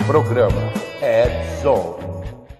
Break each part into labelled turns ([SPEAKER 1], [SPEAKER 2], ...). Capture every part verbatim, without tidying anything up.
[SPEAKER 1] Programa Edson.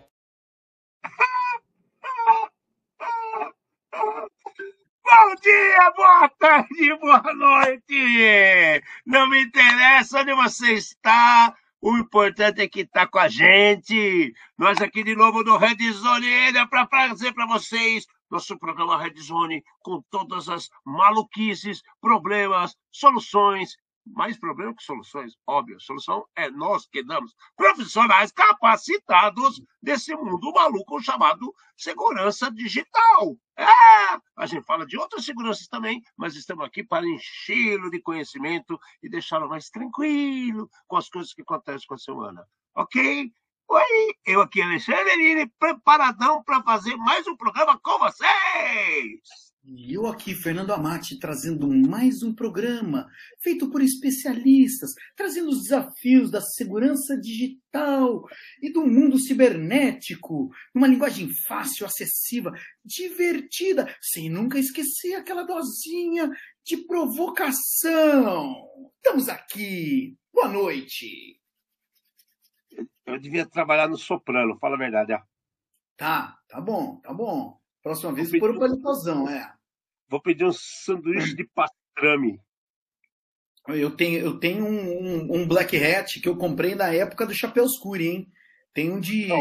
[SPEAKER 2] Bom dia, boa tarde, boa noite! Não me interessa onde você está, o importante é que está com a gente. Nós aqui de novo no Red Zone é para trazer para vocês nosso programa Red Zone com todas as maluquices, problemas, soluções. Mais problema que soluções, óbvio. A solução é nós que damos. Profissionais capacitados desse mundo maluco chamado segurança digital. É, a gente fala de outras seguranças também, mas estamos aqui para enchê-lo de conhecimento e deixá-lo mais tranquilo com as coisas que acontecem com a semana. Ok? Oi, eu aqui, Alexandre Nini, preparadão para fazer mais um programa com vocês.
[SPEAKER 3] E eu aqui, Fernando Amati, trazendo mais um programa feito por especialistas, trazendo os desafios da segurança digital e do mundo cibernético, numa linguagem fácil, acessível, divertida, sem nunca esquecer aquela dosinha de provocação. Estamos aqui. Boa noite.
[SPEAKER 2] Eu devia trabalhar no soprano, fala a verdade. Ó.
[SPEAKER 3] Tá, tá bom, tá bom. Próxima vez por o palitozão, é.
[SPEAKER 2] Vou pedir um sanduíche de pastrame.
[SPEAKER 3] Eu tenho, eu tenho um, um, um Black Hat que eu comprei na época do Chapéu Escuro, hein? Tem um de...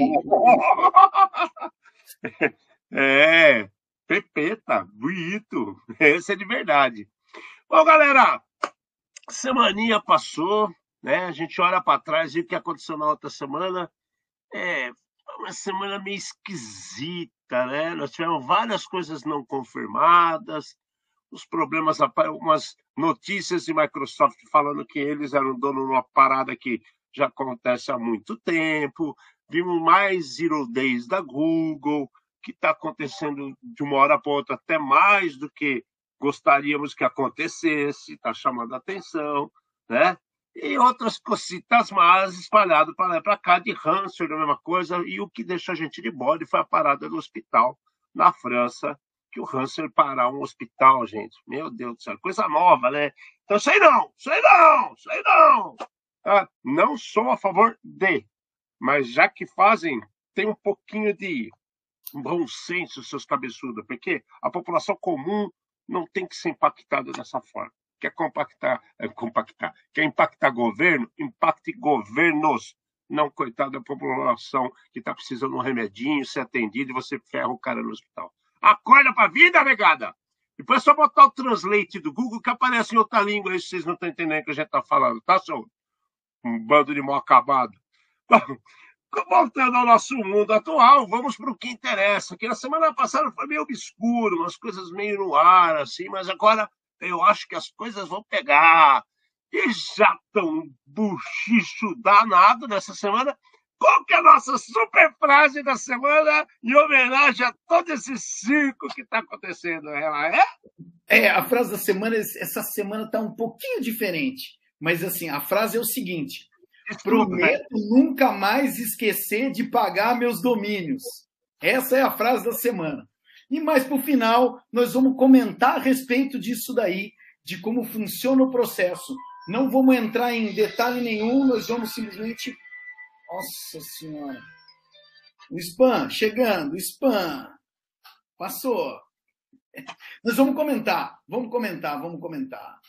[SPEAKER 2] É, pepeta, bonito. Esse é de verdade. Bom, galera, semaninha passou, né? A gente olha para trás e o que aconteceu na outra semana. É uma semana meio esquisita, né? Nós tivemos várias coisas não confirmadas, os problemas, algumas notícias de Microsoft falando que eles eram dono de uma parada que já acontece há muito tempo, vimos mais Zero Days da Google, que está acontecendo de uma hora para outra até mais do que gostaríamos que acontecesse, está chamando a atenção, né? E outras cositas mais espalhadas para lá e para cá, de ransomware, a mesma coisa, e o que deixou a gente de bode foi a parada do hospital na França, que o ransomware parar um hospital, gente. Meu Deus do céu, coisa nova, né? Então, sei não, sei não, sei não. Tá? Não sou a favor de, mas já que fazem, tem um pouquinho de bom senso, seus cabeçudos, porque a população comum não tem que ser impactada dessa forma. Quer compactar, é, compactar, quer impactar governo, impacte governos, não coitado da população que está precisando de um remedinho, ser atendido e você ferra o cara no hospital. Acorda pra vida, negada! Depois é só botar o translate do Google que aparece em outra língua aí, se vocês não estão entendendo o que a gente está falando, tá, seu? Um bando de mal acabado. Bom, voltando ao nosso mundo atual, vamos para o que interessa, que na semana passada foi meio obscuro, umas coisas meio no ar, assim, mas agora eu acho que as coisas vão pegar. E já estão um buchicho danado nessa semana. Qual que é a nossa super frase da semana em homenagem a todo esse circo que está acontecendo? Ela é?
[SPEAKER 3] É, a frase da semana, essa semana está um pouquinho diferente. Mas assim, a frase é o seguinte: prometo nunca mais esquecer de pagar meus domínios. Essa é a frase da semana. E mais para o final, nós vamos comentar a respeito disso daí, de como funciona o processo. Não vamos entrar em detalhe nenhum, nós vamos simplesmente... Nossa Senhora! O spam, chegando, o spam. Passou. Nós vamos comentar, vamos comentar, vamos comentar.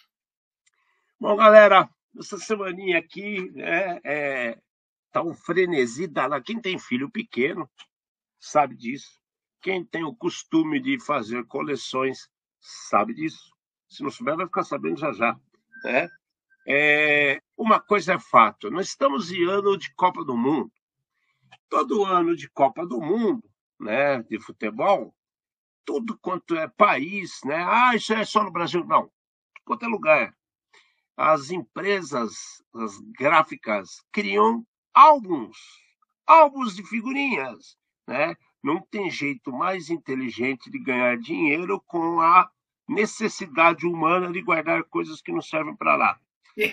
[SPEAKER 2] Bom, galera, essa semaninha aqui né, é, tá um frenesi danado. Quem tem filho pequeno sabe disso. Quem tem o costume de fazer coleções sabe disso. Se não souber, vai ficar sabendo já já. Né? É, uma coisa é fato, nós estamos em ano de Copa do Mundo. Todo ano de Copa do Mundo, né, de futebol, tudo quanto é país, né? Ah, isso é só no Brasil. Não, quanto é lugar. As empresas, as gráficas, criam álbuns, álbuns de figurinhas, né? Não tem jeito mais inteligente de ganhar dinheiro com a necessidade humana de guardar coisas que não servem para nada.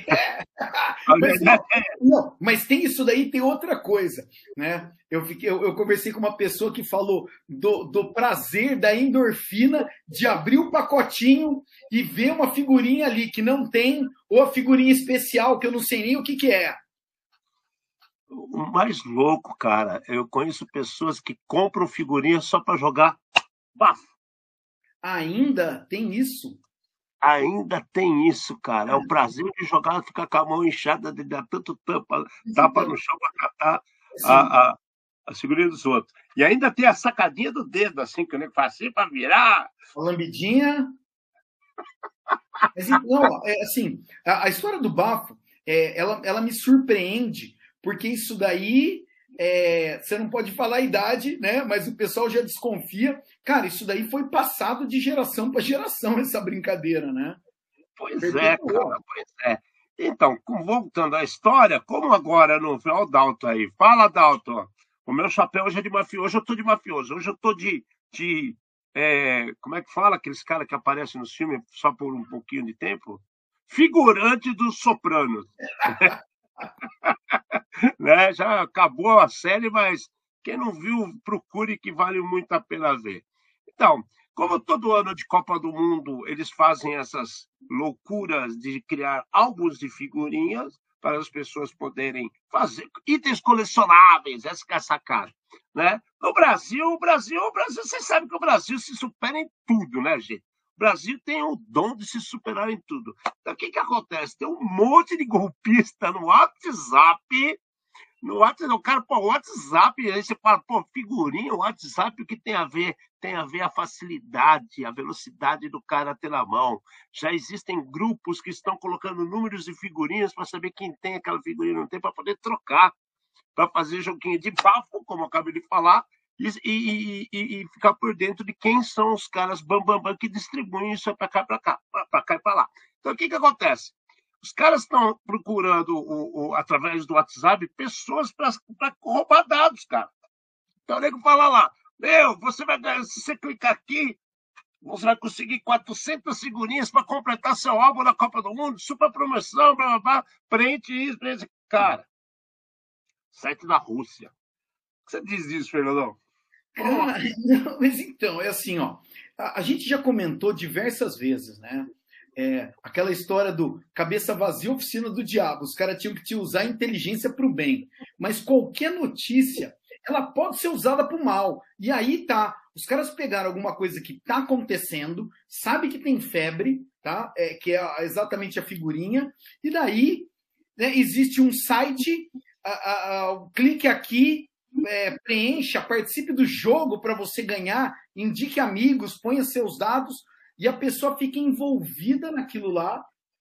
[SPEAKER 3] mas, não, não, mas tem isso daí, tem outra coisa, né? Eu, fiquei, eu, eu conversei com uma pessoa que falou do, do prazer, da endorfina de abrir o pacotinho e ver uma figurinha ali que não tem, ou a figurinha especial que eu não sei nem o que, que é.
[SPEAKER 2] O mais louco, cara, eu conheço pessoas que compram figurinha só para jogar bafo.
[SPEAKER 3] Ainda tem isso?
[SPEAKER 2] Ainda tem isso, cara. É o prazer de jogar, ficar com a mão inchada, de dar tanto tampa, tapa no chão para catar a, a, a figurinha dos outros. E ainda tem a sacadinha do dedo, assim, que o nego faz assim para virar.
[SPEAKER 3] A lambidinha. Mas então, é, assim, a, a história do bafo, é, ela, ela me surpreende, porque isso daí, é, você não pode falar a idade, né? Mas o pessoal já desconfia. Cara, isso daí foi passado de geração para geração, essa brincadeira, né?
[SPEAKER 2] Pois é, cara, pois é. Então, voltando à história, como agora no final, o Dalton aí, fala, Dalton, o meu chapéu hoje é de mafioso, hoje eu tô de mafioso, hoje eu tô de, de é, como é que fala aqueles caras que aparecem nos filmes só por um pouquinho de tempo? Figurante dos Sopranos. Né? Já acabou a série, mas quem não viu, procure, que vale muito a pena ver. Então, como todo ano de Copa do Mundo eles fazem essas loucuras de criar álbuns de figurinhas para as pessoas poderem fazer itens colecionáveis, essa que é a sacada, né? No Brasil, o Brasil, o Brasil, vocês sabem que o Brasil se supera em tudo, né, gente? O Brasil tem o dom de se superar em tudo. Então, o que que acontece? Tem um monte de golpista no WhatsApp. No WhatsApp, o cara, pô, WhatsApp, aí você fala, pô, figurinha, WhatsApp, o que tem a ver? Tem a ver a facilidade, a velocidade do cara ter na mão. Já existem grupos que estão colocando números de figurinhas para saber quem tem aquela figurinha, não tem, para poder trocar, para fazer joguinho de bafo, como eu acabei de falar, e, e, e, e ficar por dentro de quem são os caras bambambam bam, bam, que distribuem isso para cá, para cá, para cá e para lá. Então, o que que acontece? Os caras estão procurando, o, o, através do WhatsApp, pessoas para roubar dados, cara. Então, o nego fala lá, meu, você vai ganhar, se você clicar aqui, você vai conseguir quatrocentas figurinhas para completar seu álbum na Copa do Mundo, super promoção, blá, blá, blá, prende isso, prende. Cara, site da Rússia. O que você diz disso, Fernandão?
[SPEAKER 3] Cara, não, mas então, é assim, ó, a, a gente já comentou diversas vezes, né? É, aquela história do cabeça vazia, oficina do diabo. Os caras tinham que te usar a inteligência para o bem. Mas qualquer notícia, ela pode ser usada para o mal. E aí tá, os caras pegaram alguma coisa que tá acontecendo, sabe que tem febre, tá? É, que é exatamente a figurinha, e daí, né, existe um site, a, a, a, clique aqui, é, preencha, participe do jogo para você ganhar, indique amigos, ponha seus dados, e a pessoa fica envolvida naquilo lá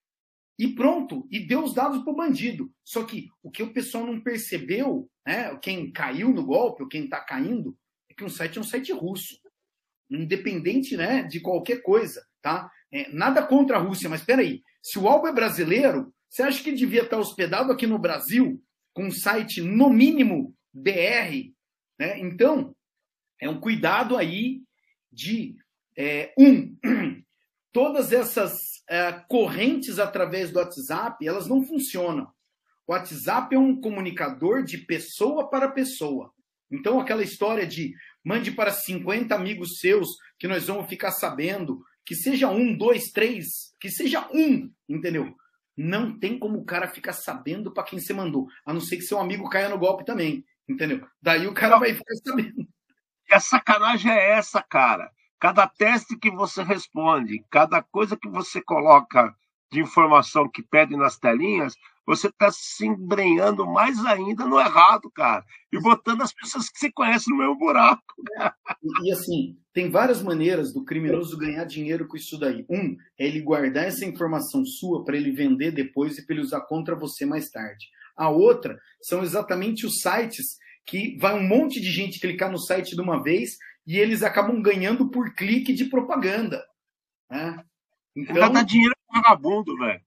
[SPEAKER 3] e pronto, e deu os dados para o bandido. Só que o que o pessoal não percebeu, né, quem caiu no golpe, ou quem está caindo, é que um site é um site russo, independente, né, de qualquer coisa, tá? É, nada contra a Rússia, mas espera aí, se o álbum é brasileiro, você acha que devia estar hospedado aqui no Brasil com um site, no mínimo, B R? Né? Então, é um cuidado aí de... É, um, todas essas é, correntes através do WhatsApp, elas não funcionam. O WhatsApp é um comunicador de pessoa para pessoa. Então, aquela história de mande para cinquenta amigos seus que nós vamos ficar sabendo, que seja um, dois, três, que seja um, entendeu? Não tem como o cara ficar sabendo para quem você mandou, a não ser que seu amigo caia no golpe também, entendeu? Daí o cara não vai ficar sabendo.
[SPEAKER 2] E a sacanagem é essa, cara. Cada teste que você responde, cada coisa que você coloca de informação que pede nas telinhas, você está se embrenhando mais ainda no errado, cara. E botando as pessoas que você conhece no mesmo buraco.
[SPEAKER 3] E, e assim, tem várias maneiras do criminoso ganhar dinheiro com isso daí. Um, é ele guardar essa informação sua para ele vender depois e para ele usar contra você mais tarde. A outra são exatamente os sites que vai um monte de gente clicar no site de uma vez e eles acabam ganhando por clique de propaganda. Né?
[SPEAKER 2] Então, ainda dá dinheiro para vagabundo, velho.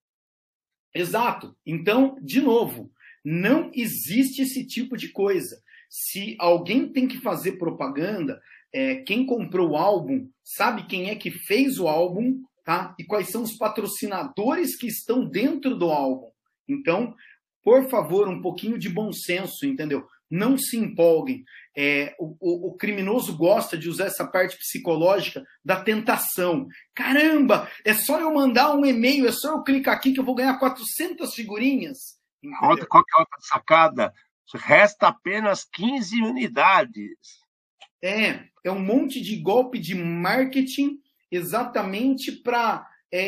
[SPEAKER 3] Exato. Então, de novo, não existe esse tipo de coisa. Se alguém tem que fazer propaganda, é, quem comprou o álbum sabe quem é que fez o álbum, tá? E quais são os patrocinadores que estão dentro do álbum. Então, por favor, um pouquinho de bom senso, entendeu? Não se empolguem. É, o, o, o criminoso gosta de usar essa parte psicológica da tentação. Caramba, é só eu mandar um e-mail, é só eu clicar aqui que eu vou ganhar quatrocentas figurinhas.
[SPEAKER 2] Outra, qual que é a outra sacada? Resta apenas quinze unidades.
[SPEAKER 3] É, é um monte de golpe de marketing exatamente para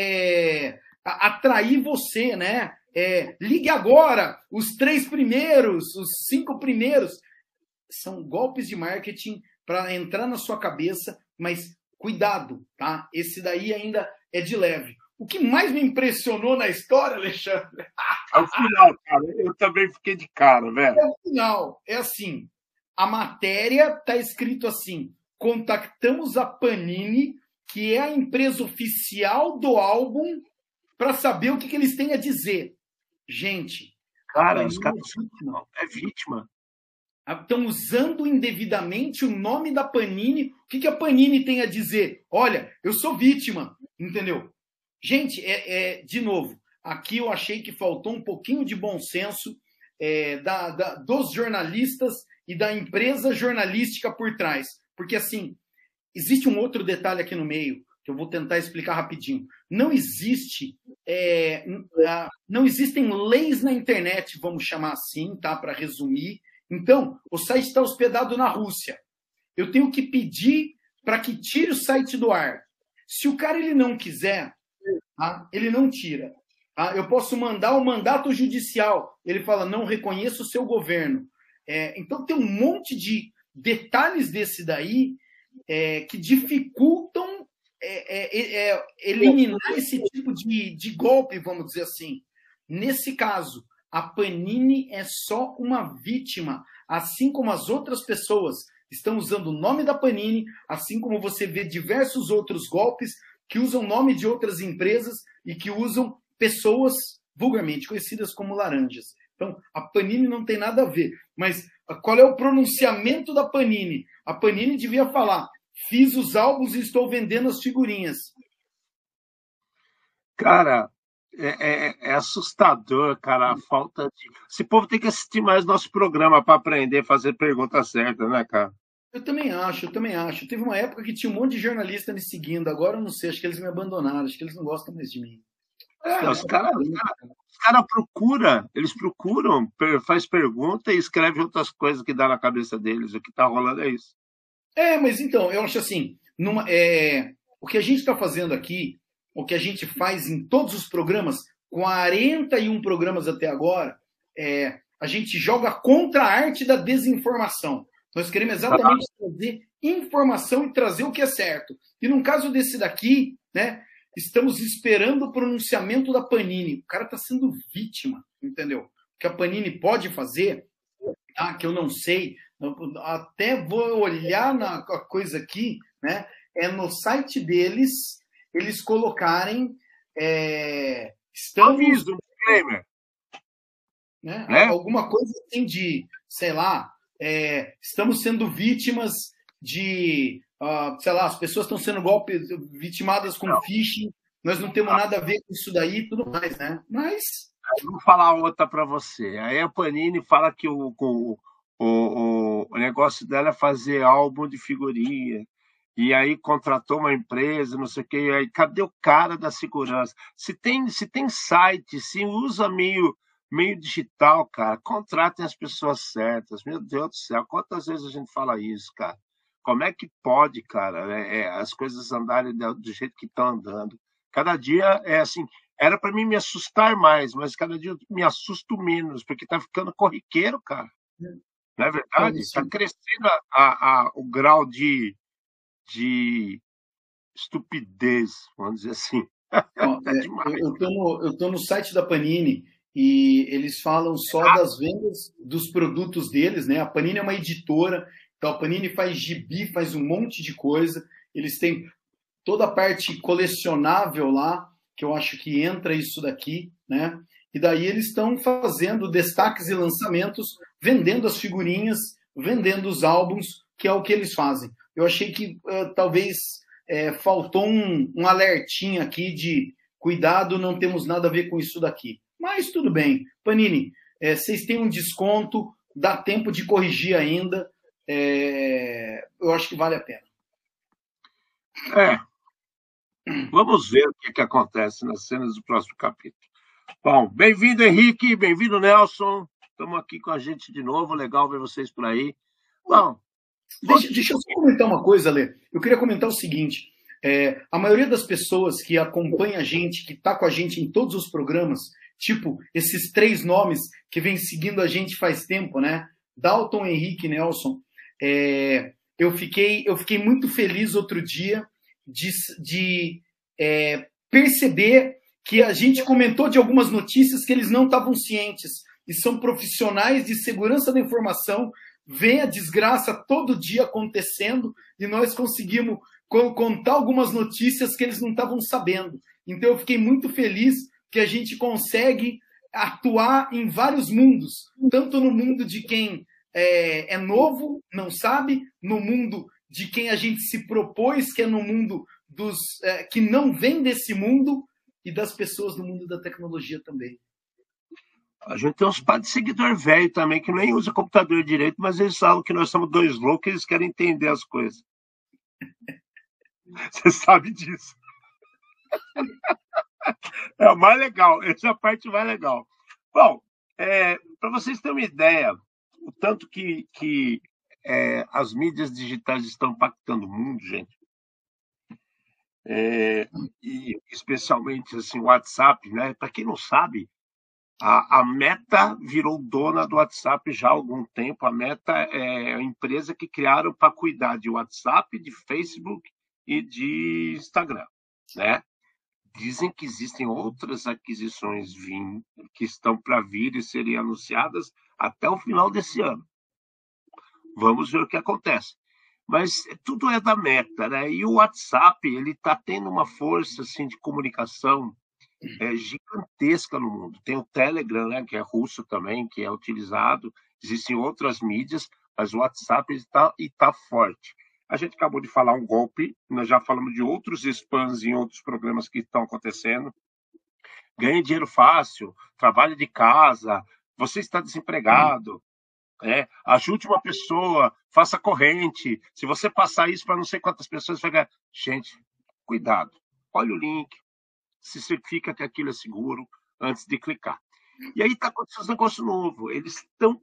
[SPEAKER 3] é, atrair você, né? É, ligue agora, os três primeiros, os cinco primeiros. São golpes de marketing para entrar na sua cabeça, mas cuidado, tá? Esse daí ainda é de leve. O que mais me impressionou na história, Alexandre?
[SPEAKER 2] É o final, cara. Eu também fiquei de cara, velho.
[SPEAKER 3] É o final. É assim, a matéria tá escrito assim: contactamos a Panini, que é a empresa oficial do álbum, para saber o que, que eles têm a dizer. Gente,
[SPEAKER 2] cara, os caras é vítima.
[SPEAKER 3] Estão usando indevidamente o nome da Panini. O que, que a Panini tem a dizer? Olha, eu sou vítima, entendeu? Gente, é, é, de novo, aqui eu achei que faltou um pouquinho de bom senso é, da, da, dos jornalistas e da empresa jornalística por trás. Porque, assim, existe um outro detalhe aqui no meio, que eu vou tentar explicar rapidinho. Não existe, é, não existem leis na internet, vamos chamar assim, tá? Para resumir. Então, o site está hospedado na Rússia. Eu tenho que pedir para que tire o site do ar. Se o cara ele não quiser, tá? Ele não tira. Tá? Eu posso mandar o mandato judicial. Ele fala, não reconheço o seu governo. É, então, tem um monte de detalhes desse daí é, que dificultam é, é, é, eliminar esse tipo de, de golpe, vamos dizer assim. Nesse caso, a Panini é só uma vítima, assim como as outras pessoas estão usando o nome da Panini, assim como você vê diversos outros golpes que usam o nome de outras empresas e que usam pessoas vulgarmente conhecidas como laranjas. Então, a Panini não tem nada a ver. Mas qual é o pronunciamento da Panini? A Panini devia falar, fiz os álbuns e estou vendendo as figurinhas.
[SPEAKER 2] Cara... É, é, é assustador, cara, a falta de... Esse povo tem que assistir mais nosso programa para aprender a fazer perguntas certas, né, cara?
[SPEAKER 3] Eu também acho, eu também acho. Teve uma época que tinha um monte de jornalista me seguindo, agora eu não sei, acho que eles me abandonaram, acho que eles não gostam mais de mim.
[SPEAKER 2] É, os caras cara, cara procuram, eles procuram, faz pergunta e escreve outras coisas que dá na cabeça deles. O que tá rolando é isso.
[SPEAKER 3] É, mas então, eu acho assim, numa, é, o que a gente está fazendo aqui, o que a gente faz em todos os programas, quarenta e um programas até agora, é, a gente joga contra a arte da desinformação. Nós queremos exatamente trazer informação e trazer o que é certo. E no caso desse daqui, né, estamos esperando o pronunciamento da Panini. O cara está sendo vítima, entendeu? O que a Panini pode fazer, tá, que eu não sei, até vou olhar na coisa aqui, né, é no site deles... eles colocarem é, estamos,
[SPEAKER 2] aviso, um disclaimer.
[SPEAKER 3] Né, né? Alguma coisa assim de, sei lá, é, estamos sendo vítimas de, uh, sei lá, as pessoas estão sendo golpes, vitimadas com não. phishing, nós não temos nada a ver com isso daí e tudo mais, né? Mas...
[SPEAKER 2] Eu vou falar outra para você. Aí a Panini fala que o, o, o, o negócio dela é fazer álbum de figurinha. E aí contratou uma empresa, não sei o quê, e aí cadê o cara da segurança? Se tem, se tem site, se usa meio, meio digital, cara, contratem as pessoas certas. Meu Deus do céu, quantas vezes a gente fala isso, cara? Como é que pode, cara, é, é, as coisas andarem do, do jeito que estão andando? Cada dia é assim, era para mim me assustar mais, mas cada dia eu me assusto menos, porque tá ficando corriqueiro, cara. Não é verdade? Está crescendo a, a, a, o grau de de estupidez, vamos dizer assim.
[SPEAKER 3] Ó, é demais. Eu estou no, eu tô no site da Panini e eles falam só ah. das vendas dos produtos deles, né? A Panini é uma editora, então a Panini faz gibi, faz um monte de coisa. Eles têm toda a parte colecionável lá, que eu acho que entra isso daqui, né? E daí eles estão fazendo destaques e lançamentos, vendendo as figurinhas, vendendo os álbuns, que é o que eles fazem. Eu achei que uh, talvez é, faltou um, um alertinho aqui de cuidado, não temos nada a ver com isso daqui. Mas tudo bem. Panini, é, vocês têm um desconto, dá tempo de corrigir ainda. É, eu acho que vale a pena.
[SPEAKER 2] É. Vamos ver o que, que acontece nas cenas do próximo capítulo. Bom, bem-vindo, Henrique, bem-vindo, Nelson. Estamos aqui com a gente de novo. Legal ver vocês por aí. Bom,
[SPEAKER 3] deixa, deixa eu só comentar uma coisa, Lê. Eu queria comentar o seguinte. É, a maioria das pessoas que acompanha a gente, que está com a gente em todos os programas, tipo esses três nomes que vêm seguindo a gente faz tempo, né? Dalton, Henrique e Nelson. É, eu, fiquei, eu fiquei muito feliz outro dia de, de é, perceber que a gente comentou de algumas notícias que eles não estavam cientes. E são profissionais de segurança da informação. Vem a desgraça todo dia acontecendo e nós conseguimos contar algumas notícias que eles não estavam sabendo. Então eu fiquei muito feliz que a gente consegue atuar em vários mundos, tanto no mundo de quem é, é novo, não sabe, no mundo de quem a gente se propôs, que é no mundo dos é, que não vem desse mundo, e das pessoas do mundo da tecnologia também.
[SPEAKER 2] A gente tem uns pais de seguidor velho também, que nem usa computador direito, mas eles falam que nós somos dois loucos e eles querem entender as coisas. Você sabe disso. É o mais legal, essa é a parte mais legal. Bom, é, para vocês terem uma ideia, o tanto que, que é, as mídias digitais estão impactando o mundo, gente, é, e especialmente assim, o WhatsApp, né? Para quem não sabe, a, a Meta virou dona do WhatsApp já há algum tempo. A Meta é a empresa que criaram para cuidar de WhatsApp, de Facebook e de Instagram, né? Dizem que existem outras aquisições vindo, que estão para vir e serem anunciadas até o final desse ano. Vamos ver o que acontece. Mas tudo é da Meta, né? E o WhatsApp, ele está tendo uma força assim, de comunicação é, gigantesca no mundo. Tem o Telegram, né, que é russo também, que é utilizado. Existem outras mídias, mas o WhatsApp está e tá forte. A gente acabou de falar um golpe, nós já falamos de outros spams em outros programas que estão acontecendo. Ganhe dinheiro fácil, trabalhe de casa, você está desempregado, né? Ajude uma pessoa, faça corrente. Se você passar isso para não sei quantas pessoas, vai ganhar. Gente, cuidado. Olha o link, se certifica que aquilo é seguro antes de clicar. E aí está acontecendo um negócio novo. Eles estão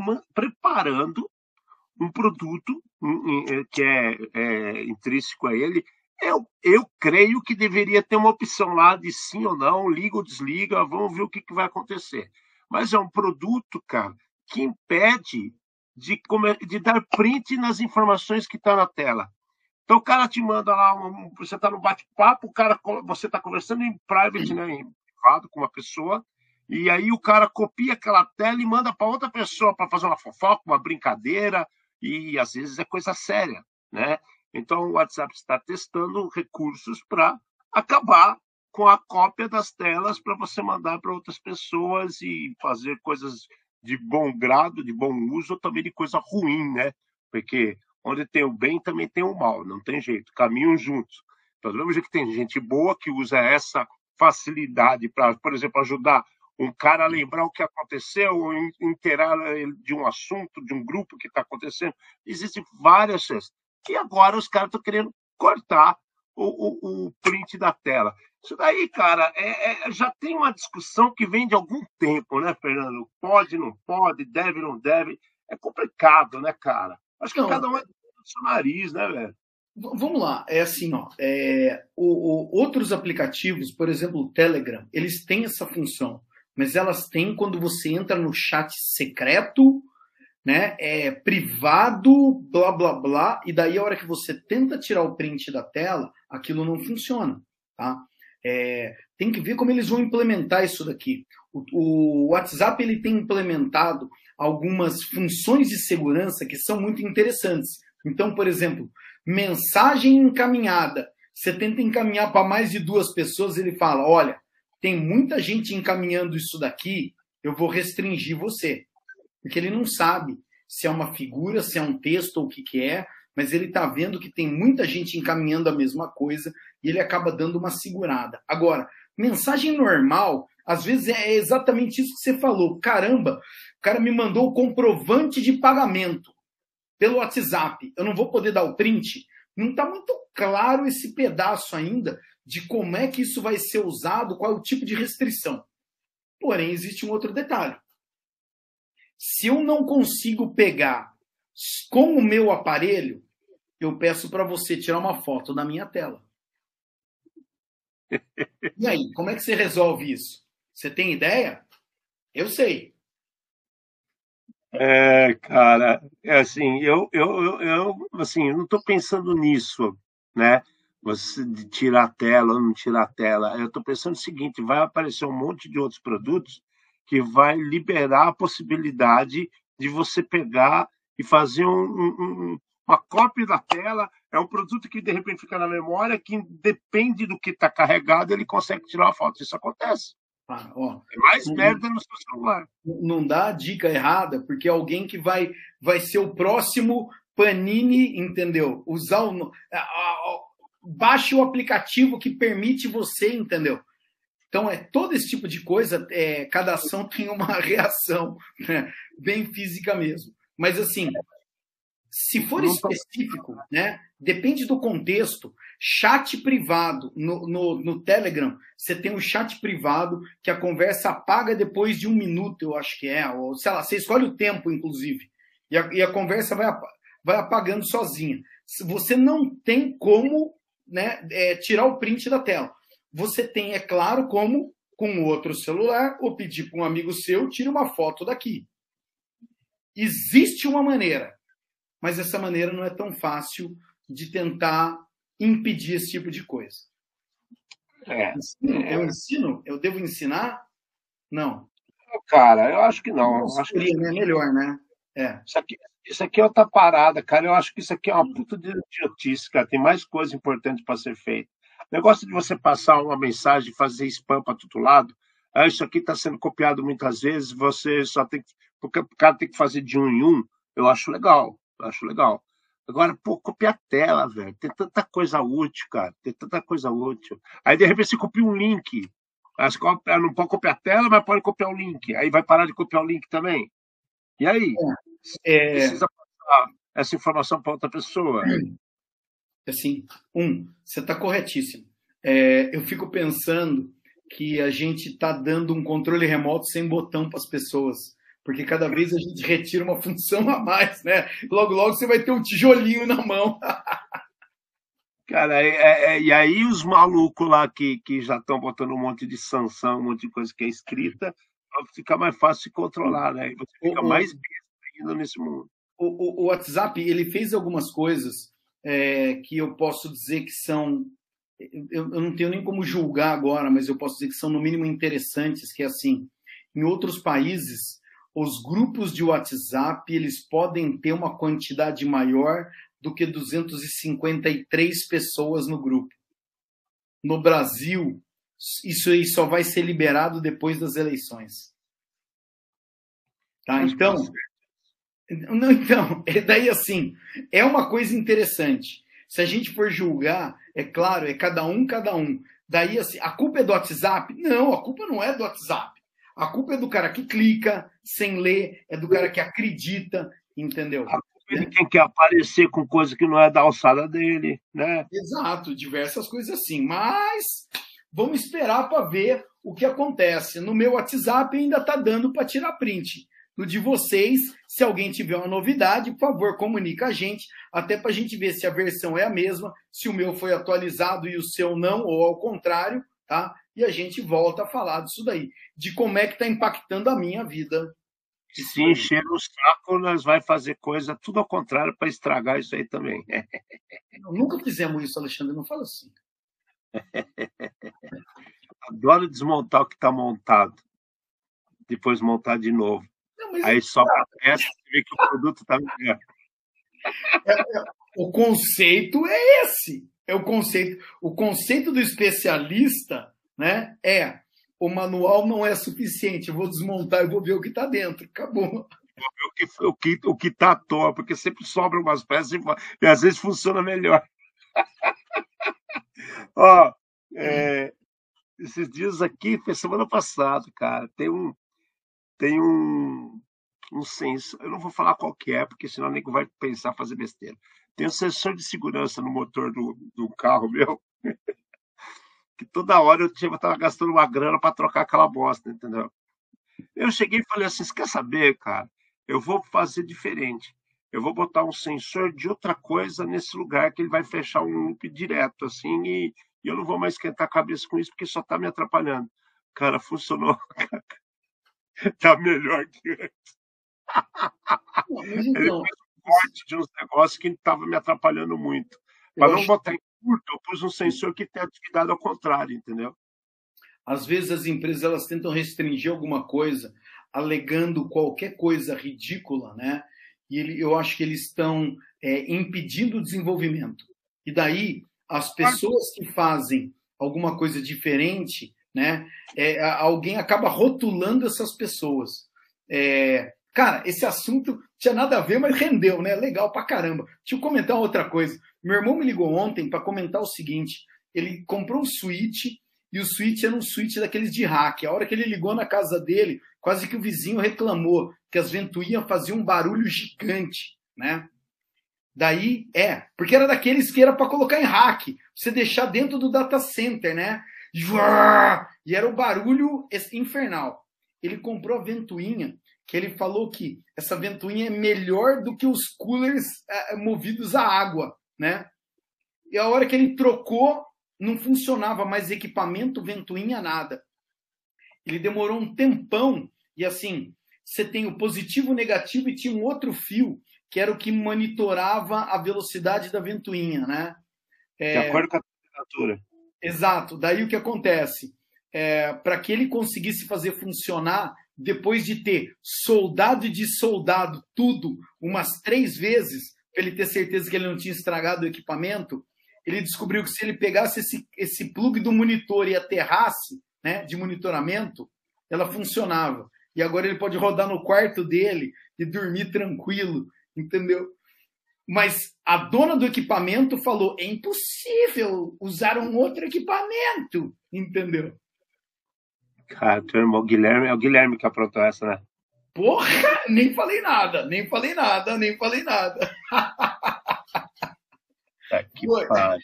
[SPEAKER 2] preparando um produto que é, é intrínseco a ele. Eu, eu creio que deveria ter uma opção lá de sim ou não, liga ou desliga, vamos ver o que, que vai acontecer. Mas é um produto, cara, que impede de, de dar print nas informações que estão tá na tela. Então o cara te manda lá, um, você está no bate-papo, o cara, você está conversando em private, né, em privado com uma pessoa, e aí o cara copia aquela tela e manda para outra pessoa para fazer uma fofoca, uma brincadeira, e às vezes é coisa séria, né? Então o WhatsApp está testando recursos para acabar com a cópia das telas para você mandar para outras pessoas e fazer coisas de bom grado, de bom uso, ou também de coisa ruim, né? Porque onde tem o bem também tem o mal, não tem jeito, caminham juntos. Então, do mesmo jeito que tem gente boa que usa essa facilidade para, por exemplo, ajudar um cara a lembrar o que aconteceu, ou inteirar de um assunto, de um grupo que está acontecendo. Existem várias chances. E agora os caras estão querendo cortar o, o, o print da tela. Isso daí, cara, é, é, já tem uma discussão que vem de algum tempo, né, Fernando? Pode, não pode, deve, não deve. É complicado, né, cara? Acho que não, cada um é do seu nariz, né, velho?
[SPEAKER 3] Vamos lá, é assim, ó, é, o, o, outros aplicativos, por exemplo, o Telegram, eles têm essa função, mas elas têm quando você entra no chat secreto, né, é privado, blá, blá, blá, e daí a hora que você tenta tirar o print da tela, aquilo não funciona, tá? É, tem que ver como eles vão implementar isso daqui. O, o WhatsApp, ele tem implementado algumas funções de segurança que são muito interessantes. Então, por exemplo, mensagem encaminhada. Você tenta encaminhar para mais de duas pessoas, ele fala, olha, tem muita gente encaminhando isso daqui, eu vou restringir você. Porque ele não sabe se é uma figura, se é um texto ou o que, que é, mas ele está vendo que tem muita gente encaminhando a mesma coisa e ele acaba dando uma segurada. Agora, mensagem normal, às vezes é exatamente isso que você falou. Caramba, o cara me mandou o comprovante de pagamento pelo WhatsApp. Eu não vou poder dar o print? Não está muito claro esse pedaço ainda de como é que isso vai ser usado, qual é o tipo de restrição. Porém, existe um outro detalhe. Se eu não consigo pegar com o meu aparelho, eu peço para você tirar uma foto da minha tela. E aí, como é que você resolve isso? Você tem ideia? Eu sei.
[SPEAKER 2] É, cara, é assim, eu, eu, eu, eu, assim, eu não estou pensando nisso, né? Você de tirar a tela ou não tirar a tela. Eu estou pensando o seguinte: vai aparecer um monte de outros produtos que vai liberar a possibilidade de você pegar e fazer um, um, um, uma cópia da tela. É um produto que de repente fica na memória, que depende do que está carregado, ele consegue tirar uma foto. Isso acontece.
[SPEAKER 3] Ah, ó,
[SPEAKER 2] É mais
[SPEAKER 3] não,
[SPEAKER 2] merda no seu celular.
[SPEAKER 3] não dá dica errada, porque alguém que vai, vai ser o próximo Panini, entendeu? Usar o. A, a, baixe o aplicativo que permite você, entendeu? Então, é todo esse tipo de coisa, é, cada ação tem uma reação, né? Bem física mesmo. Mas, assim, se for específico, né? Depende do contexto. Chat privado. No, no, no Telegram, você tem um chat privado que a conversa apaga depois de um minuto, eu acho que é. Ou, sei lá, você escolhe o tempo, inclusive. E a, e a conversa vai, vai apagando sozinha. Você não tem como, né, é, tirar o print da tela. Você tem, é claro, como com outro celular, ou pedir para um amigo seu, tire uma foto daqui. Existe uma maneira, mas essa maneira não é tão fácil de tentar impedir esse tipo de coisa.
[SPEAKER 2] É,
[SPEAKER 3] ensino?
[SPEAKER 2] é...
[SPEAKER 3] Eu ensino? Eu devo ensinar? Não.
[SPEAKER 2] Cara, eu acho que não.
[SPEAKER 3] Não,
[SPEAKER 2] Eu acho que isso
[SPEAKER 3] né?
[SPEAKER 2] aqui,
[SPEAKER 3] Melhor, né? É.
[SPEAKER 2] isso aqui, isso aqui é outra parada, cara. Eu acho que isso aqui é uma puta de idiotice, cara. Tem mais coisa importante para ser feita. O negócio de você passar uma mensagem, fazer spam para todo lado, ah, isso aqui está sendo copiado muitas vezes, você só tem que. Porque o cara tem que fazer de um em um, eu acho legal. Eu acho legal. Agora, pô, copiar a tela, velho. Tem tanta coisa útil, cara. Tem tanta coisa útil. Aí, de repente, você copia um link. As cópias, não pode copiar a tela, mas pode copiar o link. Aí vai parar de copiar o link também. E aí?
[SPEAKER 3] É,
[SPEAKER 2] Precisa passar essa informação para outra pessoa.
[SPEAKER 3] Assim, um, você está corretíssimo. É, eu fico pensando que a gente está dando um controle remoto sem botão para as pessoas. Porque cada vez a gente retira uma função a mais, né? Logo, logo você vai ter um tijolinho na mão.
[SPEAKER 2] Cara, é, é, e aí os malucos lá que, que já estão botando um monte de sanção, um monte de coisa que é escrita, fica mais fácil de controlar, né? E você fica
[SPEAKER 3] o,
[SPEAKER 2] mais besta ainda nesse mundo.
[SPEAKER 3] O, o, o WhatsApp, ele fez algumas coisas é, que eu posso dizer que são... Eu, eu não tenho nem como julgar agora, mas eu posso dizer que são no mínimo interessantes, que é assim, em outros países, os grupos de WhatsApp, eles podem ter uma quantidade maior do que duzentas e cinquenta e três pessoas no grupo. No Brasil, isso aí só vai ser liberado depois das eleições. Tá? Então, não, então, daí assim, é uma coisa interessante. Se a gente for julgar, é claro, é cada um, cada um. Daí, assim, a culpa é do WhatsApp? Não, a culpa não é do WhatsApp. A culpa é do cara que clica sem ler, é do cara que acredita, entendeu?
[SPEAKER 2] A culpa é de quem quer aparecer com coisa que não é da alçada dele, né?
[SPEAKER 3] Exato, diversas coisas assim. Mas vamos esperar para ver o que acontece. No meu WhatsApp ainda está dando para tirar print. No de vocês, se alguém tiver uma novidade, por favor, comunica a gente, até para a gente ver se a versão é a mesma, se o meu foi atualizado e o seu não, ou ao contrário, tá? E a gente volta a falar disso daí, de como é que está impactando a minha vida.
[SPEAKER 2] Se encher o saco, nós vai fazer coisa tudo ao contrário para estragar isso aí também.
[SPEAKER 3] Não, nunca fizemos isso, Alexandre, não fala assim.
[SPEAKER 2] Adoro desmontar o que está montado, depois montar de novo. Não, aí é... só a peça e vê que o produto está melhor.
[SPEAKER 3] É, é, o conceito é esse. É o conceito. O conceito do especialista, né, é o manual não é suficiente. Eu vou desmontar e vou ver o que está dentro. Acabou.
[SPEAKER 2] Vou ver o que o que o que está à toa, porque sempre sobra umas peças e, e às vezes funciona melhor. Ó, é, esses dias aqui, foi semana passada, cara, tem um tem um um sensor, eu não vou falar qual que é, porque senão o nego vai pensar fazer besteira. Tem um sensor de segurança no motor do, do carro meu, que toda hora eu estava gastando uma grana para trocar aquela bosta, entendeu? Eu cheguei e falei assim, você quer saber, cara? eu vou fazer diferente. Eu vou botar um sensor de outra coisa nesse lugar que ele vai fechar um loop direto, assim, e, e eu não vou mais esquentar a cabeça com isso, porque só está me atrapalhando. Cara, funcionou. Tá melhor que antes.
[SPEAKER 3] Não, mas
[SPEAKER 2] Ele
[SPEAKER 3] então,
[SPEAKER 2] fez um corte de uns negócios que estava me atrapalhando muito.
[SPEAKER 3] eu
[SPEAKER 2] Para não
[SPEAKER 3] acho
[SPEAKER 2] botar em curto, eu pus um sensor que tem atividade ao contrário, entendeu?
[SPEAKER 3] às vezes as empresas elas tentam restringir alguma coisa, alegando qualquer coisa ridícula, né? E ele, eu acho que eles estão é, impedindo o desenvolvimento. E daí as pessoas que fazem alguma coisa diferente, né? É, alguém acaba rotulando essas pessoas. É, cara, esse assunto tinha nada a ver, mas rendeu, né? Legal pra caramba. Deixa eu comentar outra coisa. Meu irmão me ligou ontem para comentar o seguinte: ele comprou um Switch e o Switch era um Switch daqueles de hack. A hora que ele ligou na casa dele, quase que o vizinho reclamou que as ventoinhas faziam um barulho gigante, né? Daí, é, porque era daqueles que era para colocar em hack, você deixar dentro do data center, né? E era um barulho infernal. Ele comprou a ventoinha, que ele falou que essa ventoinha é melhor do que os coolers é, movidos a água, né? E a hora que ele trocou, não funcionava mais equipamento, ventoinha, nada. Ele demorou um tempão, e assim, você tem o positivo, o negativo, e tinha um outro fio, que era o que monitorava a velocidade da ventoinha, né?
[SPEAKER 2] É, de acordo com a temperatura.
[SPEAKER 3] Exato. Daí o que acontece? É, para que ele conseguisse fazer funcionar, depois de ter soldado e dessoldado tudo umas três vezes, para ele ter certeza que ele não tinha estragado o equipamento, ele descobriu que se ele pegasse esse, esse plug do monitor e aterrasse, né, de monitoramento, ela funcionava. E agora ele pode rodar no quarto dele e dormir tranquilo, entendeu? Mas a dona do equipamento falou, é impossível usar um outro equipamento, entendeu?
[SPEAKER 2] Cara, teu irmão Guilherme, é o Guilherme que aprontou essa, né?
[SPEAKER 3] Porra, nem falei nada, nem falei nada, nem falei nada.
[SPEAKER 2] Tá que pariu.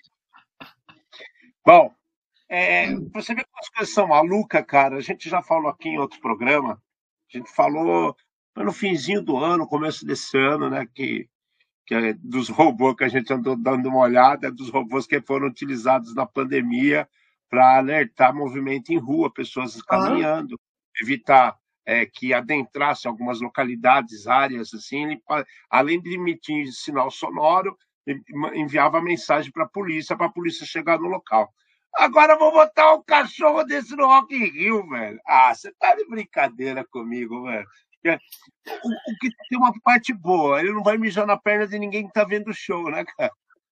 [SPEAKER 2] Bom, é, você vê como as coisas são malucas, cara. A gente já falou aqui em outro programa, a gente falou no finzinho do ano, começo desse ano, né, que, que é dos robôs que a gente andou dando uma olhada, dos robôs que foram utilizados na pandemia para alertar movimento em rua, pessoas caminhando, uhum. evitar é, que adentrasse algumas localidades, áreas, assim, ele, além de emitir sinal sonoro, enviava mensagem para a polícia, para a polícia chegar no local. Agora vou botar um cachorro desse no Rock in Rio, velho. Ah, você tá de brincadeira comigo, velho. O, o que tem uma parte boa, ele não vai mijar na perna de ninguém que tá vendo o show, né, cara?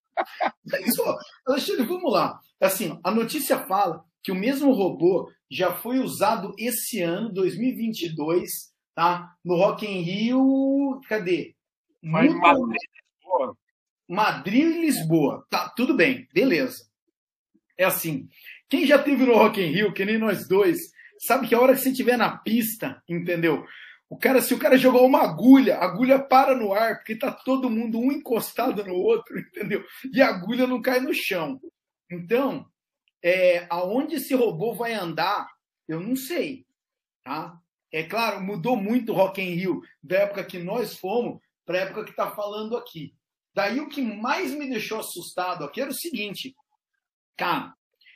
[SPEAKER 3] Isso, Alexandre, vamos lá. Assim, a notícia fala que o mesmo robô já foi usado esse ano, dois mil e vinte e dois, tá? No Rock in Rio, cadê?
[SPEAKER 2] Mas
[SPEAKER 3] Muito...
[SPEAKER 2] Madrid e Lisboa.
[SPEAKER 3] Madrid e Lisboa. Tá, tudo bem, beleza. É assim, quem já teve no Rock in Rio, que nem nós dois, sabe que a hora que você estiver na pista, entendeu? O cara, se o cara jogar uma agulha, a agulha para no ar, porque tá todo mundo um encostado no outro, entendeu? E a agulha não cai no chão. Então, é, aonde esse robô vai andar, eu não sei, tá? É claro, mudou muito o Rock in Rio da época que nós fomos para a época que tá falando aqui. Daí o que mais me deixou assustado aqui era o seguinte, cara,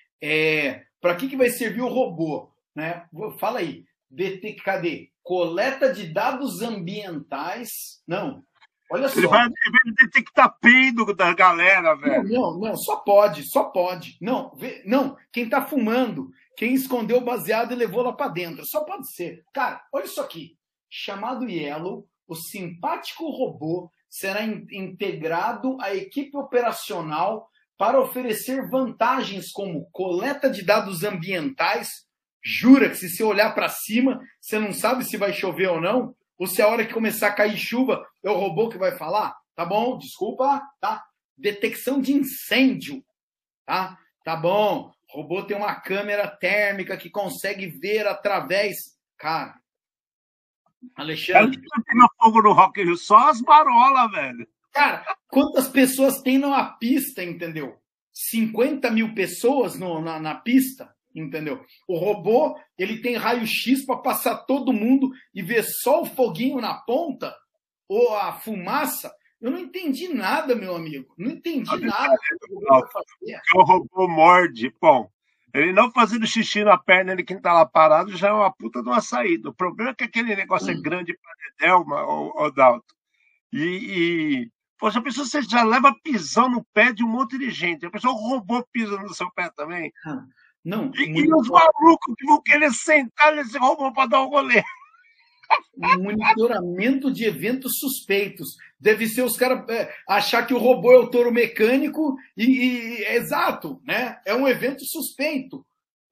[SPEAKER 3] é, para que, que vai servir o robô? Né? Fala aí, D T, cadê? Coleta de dados ambientais. Não, olha só.
[SPEAKER 2] Ele vai detectar peido da galera, velho.
[SPEAKER 3] Não, não, não, só pode, só pode. Não, vê, não, quem tá fumando, quem escondeu o baseado e levou lá para dentro, só pode ser. Cara, olha isso aqui. Chamado Yellow, o simpático robô será in- integrado à equipe operacional para oferecer vantagens como coleta de dados ambientais. Jura que se você olhar para cima, você não sabe se vai chover ou não? Ou se a hora que começar a cair chuva é o robô que vai falar? Tá bom, desculpa, tá? Detecção de incêndio, tá? Tá bom, o robô tem uma câmera térmica que consegue ver através... Cara, Alexandre...
[SPEAKER 2] Cara, pega fogo no Rock in Rio, só as marolas, velho.
[SPEAKER 3] Cara, quantas pessoas tem numa pista, entendeu? cinquenta mil pessoas no, na, na pista, entendeu? O robô, ele tem raio-x para passar todo mundo e ver só o foguinho na ponta, ou a fumaça, eu não entendi nada, meu amigo. Não entendi nada.
[SPEAKER 2] O robô morde. Bom, ele não fazendo xixi na perna, ele que tá lá parado, já é uma puta de uma saída. O problema é que aquele negócio hum. é grande para Delma, o Dalton. E, e poxa, a pessoa você já leva pisão no pé de um monte de gente. A pessoa, o robô pisa no seu pé também.
[SPEAKER 3] Ah, não.
[SPEAKER 2] E, e os malucos que vão querer sentar nesse robô para dar um rolê.
[SPEAKER 3] Um monitoramento de eventos suspeitos. Deve ser os caras é, achar que o robô é o touro mecânico e, e é exato, né? É um evento suspeito.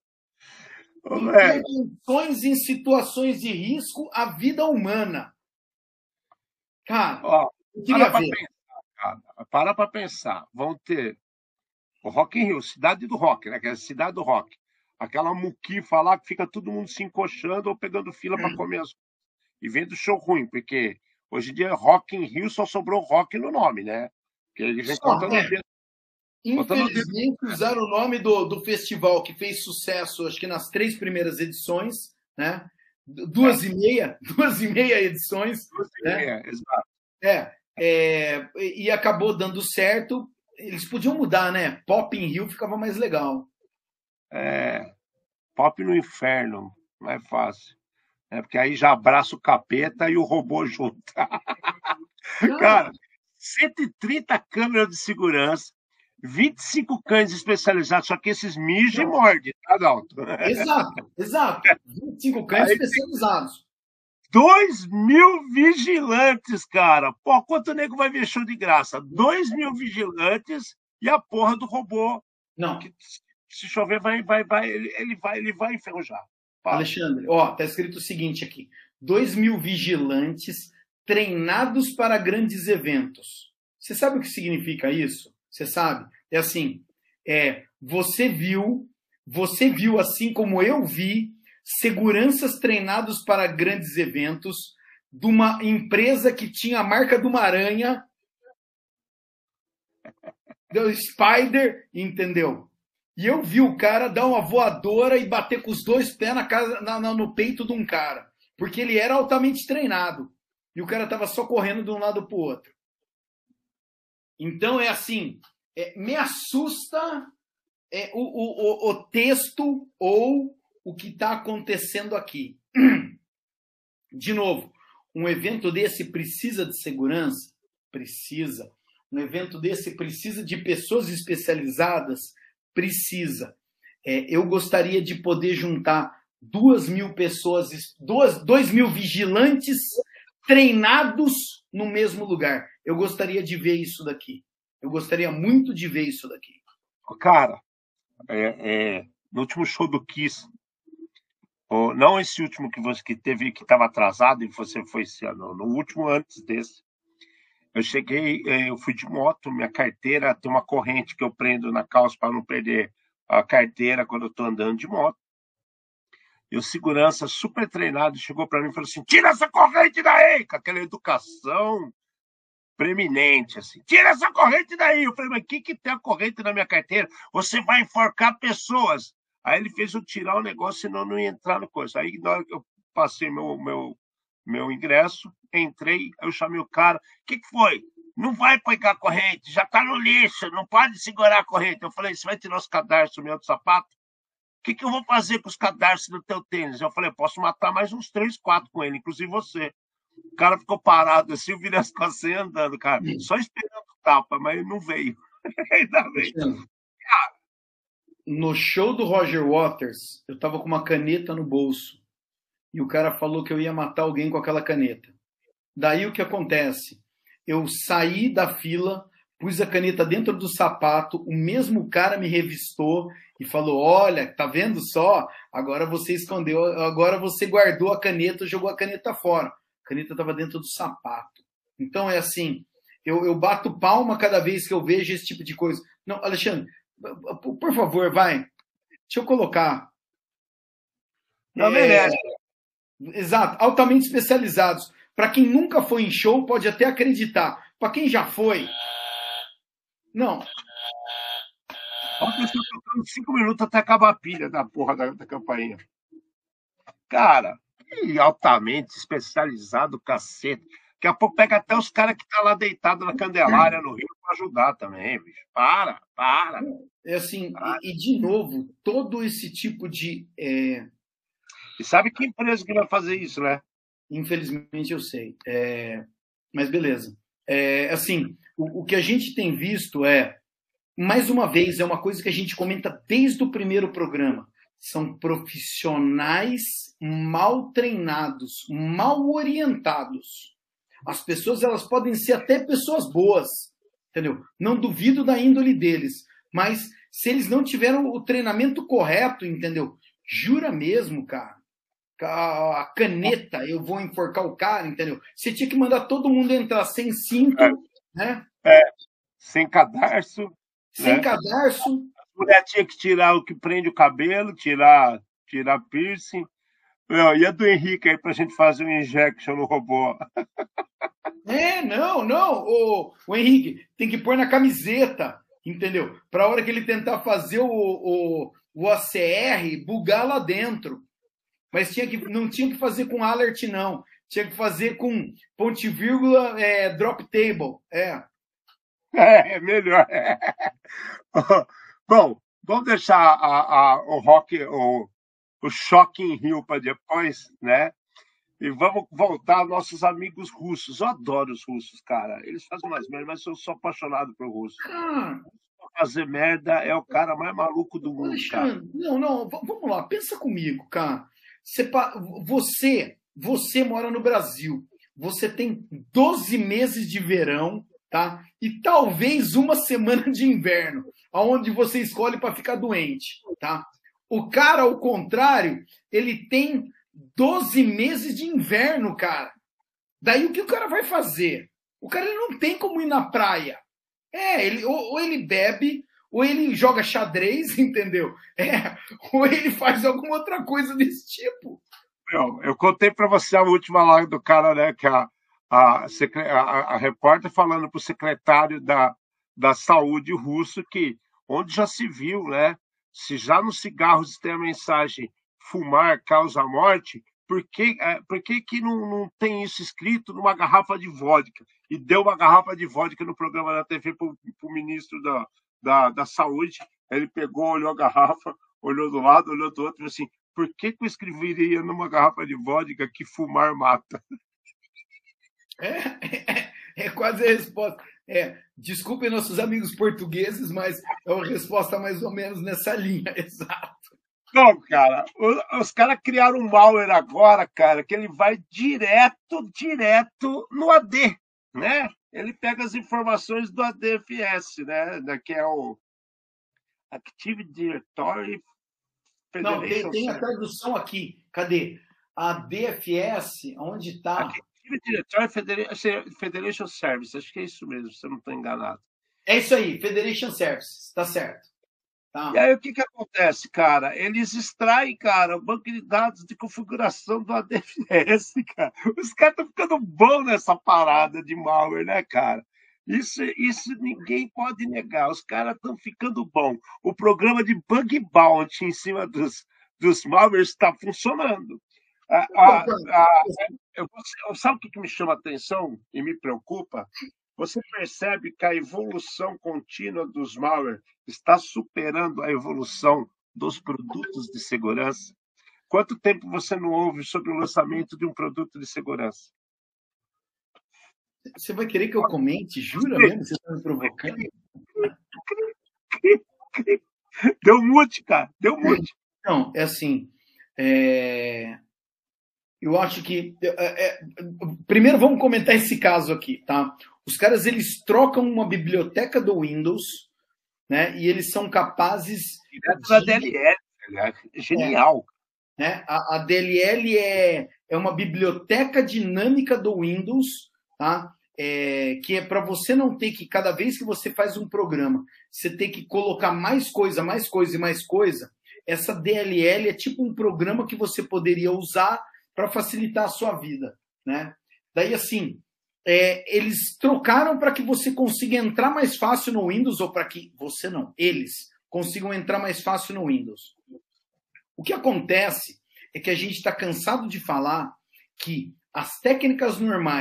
[SPEAKER 3] Intervenções em situações de risco à vida humana. Cara,
[SPEAKER 2] ó, eu queria para ver. Pensar, cara. Para para pensar. Vão ter o Rock in Rio, cidade do rock, né? Que é a cidade do rock. Aquela muquifa lá que fica todo mundo se encoxando ou pegando fila para comer as e vendo show ruim, porque hoje em dia Rock in Rio só sobrou rock no nome, né? Porque a gente conta no dedo.
[SPEAKER 3] Infelizmente usaram o nome do, do festival que fez sucesso, acho que nas três primeiras edições, né? Duas é. e meia, duas e meia edições.
[SPEAKER 2] Duas e
[SPEAKER 3] né?
[SPEAKER 2] meia, exato.
[SPEAKER 3] É, é, e acabou dando certo. Eles podiam mudar, né? Pop in Rio ficava mais legal.
[SPEAKER 2] É, Pop no Inferno, não é fácil. É, porque aí já abraça o capeta e o robô junto. Cara, cento e trinta câmeras de segurança, vinte e cinco cães especializados, só que esses mijam e mordem, tá, Dalton?
[SPEAKER 3] Exato, exato. vinte e cinco cães aí, especializados.
[SPEAKER 2] dois mil vigilantes, cara. Pô, quanto nego vai ver show de graça? dois mil vigilantes e a porra do robô.
[SPEAKER 3] Não.
[SPEAKER 2] Que, se chover, vai, vai, vai, ele, ele vai, ele vai enferrujar. Fala.
[SPEAKER 3] Alexandre, ó, tá escrito o seguinte aqui: dois mil vigilantes treinados para grandes eventos. Você sabe o que significa isso? Você sabe? É assim, é, você viu, você viu assim como eu vi, seguranças treinados para grandes eventos de uma empresa que tinha a marca de uma aranha, do Spider, entendeu? E eu vi o cara dar uma voadora e bater com os dois pés na casa, na, na, no peito de um cara. Porque ele era altamente treinado. E o cara estava só correndo de um lado para o outro. Então é assim, é, me assusta é, o, o, o texto ou o que está acontecendo aqui. De novo, um evento desse precisa de segurança? Precisa. Um evento desse precisa de pessoas especializadas? Precisa. É, eu gostaria de poder juntar duas mil pessoas, duas, dois mil vigilantes treinados no mesmo lugar. Eu gostaria de ver isso daqui. Eu gostaria muito de ver isso daqui.
[SPEAKER 2] Cara, é, é, no último show do Kiss, ou, não esse último que você que teve, que estava atrasado e você foi esse ano, no último antes desse, eu cheguei, eu fui de moto, minha carteira tem uma corrente que eu prendo na calça para não perder a carteira quando eu estou andando de moto. E o segurança super treinado chegou para mim e falou assim: tira essa corrente daí, com aquela educação preeminente, assim, tira essa corrente daí. Eu falei, mas o que, que tem a corrente na minha carteira? Você vai enforcar pessoas. Aí ele fez eu tirar o negócio, senão eu não ia entrar no coisa. Aí na hora que eu passei meu, meu, meu ingresso, entrei, eu chamei o cara, o que, que foi? Não vai pegar a corrente, já tá no lixo, não pode segurar a corrente. Eu falei, você vai tirar os cadarços meu do sapato? O que, que eu vou fazer com os cadarços do teu tênis? Eu falei, posso matar mais uns três, quatro com ele, inclusive você. O cara ficou parado assim, eu virei as costas e andando, cara. Sim. Só esperando o tapa, mas ele não veio. Ainda veio.
[SPEAKER 3] No show do Roger Waters, eu tava com uma caneta no bolso. E o cara falou que eu ia matar alguém com aquela caneta. Daí o que acontece? Eu saí da fila, pus a caneta dentro do sapato, o mesmo cara me revistou e falou, olha, tá vendo só? Agora você escondeu, agora você guardou a caneta, jogou a caneta fora. A caneta estava dentro do sapato. Então é assim, eu, eu bato palma cada vez que eu vejo esse tipo de coisa. Não, Alexandre, por favor, vai. Deixa eu colocar.
[SPEAKER 2] Não, é,
[SPEAKER 3] exato, altamente especializados. Para quem nunca foi em show, pode até acreditar. Para quem já foi, não.
[SPEAKER 2] Olha que eu estou tocando cinco minutos até acabar a pilha da porra da, da campainha. Cara, e altamente especializado, cacete. Daqui a pouco pega até os caras que estão tá lá deitados na Candelária, no Rio, para ajudar também, bicho. Para, para.
[SPEAKER 3] É assim, e, e, de novo, todo esse tipo de... É...
[SPEAKER 2] E sabe que empresa que vai fazer isso, né?
[SPEAKER 3] Infelizmente eu sei. É... Mas beleza. É, assim, o, o que a gente tem visto é, mais uma vez, é uma coisa que a gente comenta desde o primeiro programa. São profissionais mal treinados, mal orientados. As pessoas, elas podem ser até pessoas boas, entendeu? Não duvido da índole deles, mas se eles não tiveram o treinamento correto, entendeu? Jura mesmo, cara. A caneta, eu vou enforcar o cara, entendeu? Você tinha que mandar todo mundo entrar sem cinto,
[SPEAKER 2] é.
[SPEAKER 3] né?
[SPEAKER 2] É, sem cadarço.
[SPEAKER 3] Sem
[SPEAKER 2] né?
[SPEAKER 3] cadarço.
[SPEAKER 2] A mulher tinha que tirar o que prende o cabelo, tirar, tirar piercing. Não, e a do Henrique aí pra gente fazer um injection no robô?
[SPEAKER 3] É, não, não. O, o Henrique tem que pôr na camiseta, entendeu? Pra hora que ele tentar fazer o, o, o A C R, bugar lá dentro. Mas tinha que, não tinha que fazer com alert, não. Tinha que fazer com ponto e vírgula, é, drop table. É,
[SPEAKER 2] é, é melhor. É. Bom, vamos deixar a, a, o rock, o, o choque em Rio para depois, né? E vamos voltar aos nossos amigos russos. Eu adoro os russos, cara. Eles fazem umas merdas, mas eu sou apaixonado por russo.
[SPEAKER 3] Ah,
[SPEAKER 2] fazer merda é o cara mais maluco do mundo,
[SPEAKER 3] Alexandre,
[SPEAKER 2] cara.
[SPEAKER 3] não, não, vamos lá, pensa comigo, cara. Você, você mora no Brasil, você tem doze meses de verão, tá? E talvez uma semana de inverno, onde você escolhe para ficar doente, tá? O cara, ao contrário, ele tem doze meses de inverno, cara. Daí o que o cara vai fazer? O cara ele não tem como ir na praia. É, ele, ou, ou ele bebe, ou ele joga xadrez, entendeu? É, ou ele faz alguma outra coisa desse tipo.
[SPEAKER 2] Eu, eu contei para você a última lá do cara, né? Que a, a, a, a repórter falando para o secretário da, da saúde russo que onde já se viu, né? Se já nos cigarros tem a mensagem fumar causa morte, por que, por que, que não, não tem isso escrito numa garrafa de vodka? E deu uma garrafa de vodka no programa da T V para o ministro da, da, da Saúde. Ele pegou, olhou a garrafa, olhou do lado, olhou do outro e assim, por que, que eu escreveria numa garrafa de vodka que fumar mata?
[SPEAKER 3] É, é, é quase a resposta. É, desculpem nossos amigos portugueses, mas é uma resposta mais ou menos nessa linha, exato.
[SPEAKER 2] Não, cara, os, os caras criaram um malware agora, cara, que ele vai direto, direto no A D, né? Ele pega as informações do A D F S, né? Que é o Active Directory
[SPEAKER 3] Não, tem,
[SPEAKER 2] Federation
[SPEAKER 3] tem a
[SPEAKER 2] Service.
[SPEAKER 3] tradução aqui. Cadê? A D F S, onde está?
[SPEAKER 2] Active Directory Federation, Federation Service, acho que é isso mesmo, se eu não estou enganado.
[SPEAKER 3] É isso aí, Federation Services, tá certo. Tá.
[SPEAKER 2] E aí o que, que acontece, cara? Eles extraem, cara, o banco de dados de configuração do A D F S, cara. Os caras estão ficando bons nessa parada de malware, né, cara? Isso, isso ninguém pode negar. Os caras estão ficando bom. O programa de bug bounty em cima dos, dos malwares está funcionando. A, a, a, eu, sabe o que, que me chama a atenção e me preocupa? Você percebe que a evolução contínua dos malware está superando a evolução dos produtos de segurança? Quanto tempo você não ouve sobre o lançamento de um produto de segurança?
[SPEAKER 3] Você vai querer que eu comente? Jura mesmo? Você está me provocando?
[SPEAKER 2] Deu mute, cara. Deu mute.
[SPEAKER 3] Não, é assim. É... Eu acho que... É, é... Primeiro, vamos comentar esse caso aqui, tá? Os caras, eles trocam uma biblioteca do Windows, né? E eles são capazes...
[SPEAKER 2] Direto da D L L, né? Genial.
[SPEAKER 3] É, né? A, a D L L é, é uma biblioteca dinâmica do Windows, tá? É, que é para você não ter que, cada vez que você faz um programa, você ter que colocar mais coisa, mais coisa e mais coisa. Essa D L L é tipo um programa que você poderia usar para facilitar a sua vida, né? Daí, assim... É, eles trocaram para que você consiga entrar mais fácil no Windows, ou para que você não, eles consigam entrar mais fácil no Windows. O que acontece é que a gente está cansado de falar que as técnicas normais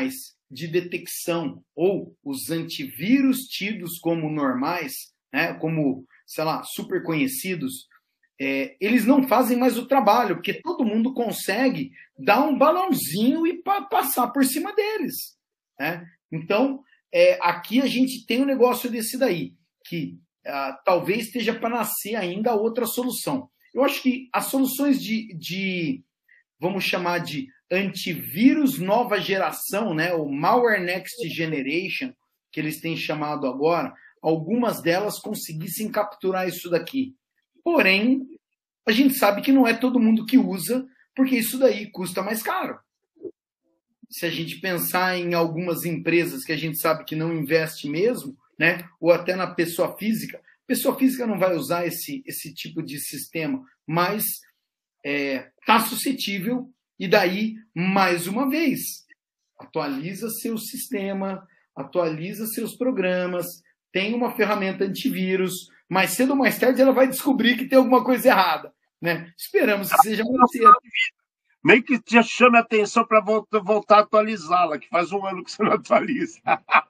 [SPEAKER 3] de detecção ou os antivírus tidos como normais, né, como, sei lá, super conhecidos, é, eles não fazem mais o trabalho, porque todo mundo consegue dar um balãozinho e pa passar por cima deles, né? Então, é, aqui a gente tem um negócio desse daí, que ah, talvez esteja para nascer ainda outra solução. Eu acho que as soluções de, de vamos chamar de antivírus nova geração, né, o Malware Next Generation, que eles têm chamado agora, algumas delas conseguissem capturar isso daqui. Porém, a gente sabe que não é todo mundo que usa, porque isso daí custa mais caro. Se a gente pensar em algumas empresas que a gente sabe que não investe mesmo, né, ou até na pessoa física, a pessoa física não vai usar esse, esse tipo de sistema, mas está é, suscetível, e daí, mais uma vez, atualiza seu sistema, atualiza seus programas, tem uma ferramenta antivírus, mais cedo ou mais tarde ela vai descobrir que tem alguma coisa errada, né? Esperamos que seja mais cedo.
[SPEAKER 2] Nem que te chame a atenção para voltar, voltar a atualizá-la, que faz um ano que você não atualiza.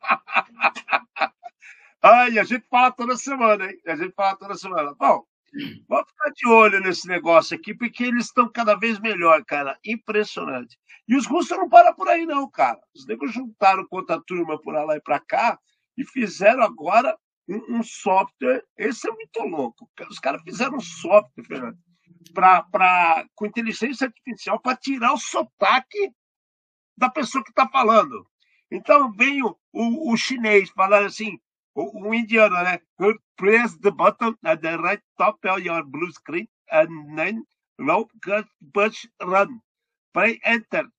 [SPEAKER 2] Ai, a gente fala toda semana, hein? A gente fala toda semana. Bom, vamos ficar de olho nesse negócio aqui, porque eles estão cada vez melhor, cara. Impressionante. E os russos não param por aí, não, cara. Os negros juntaram contra a turma por lá e para cá e fizeram agora um, um software. Esse é muito louco. Os caras fizeram um software, Fernando, pra, pra, com inteligência artificial para tirar o sotaque da pessoa que está falando. Então, vem o, o, o chinês falando assim, o, o indiano, né? Press the button at the right top of your blue screen and then low cut push run. Play enter.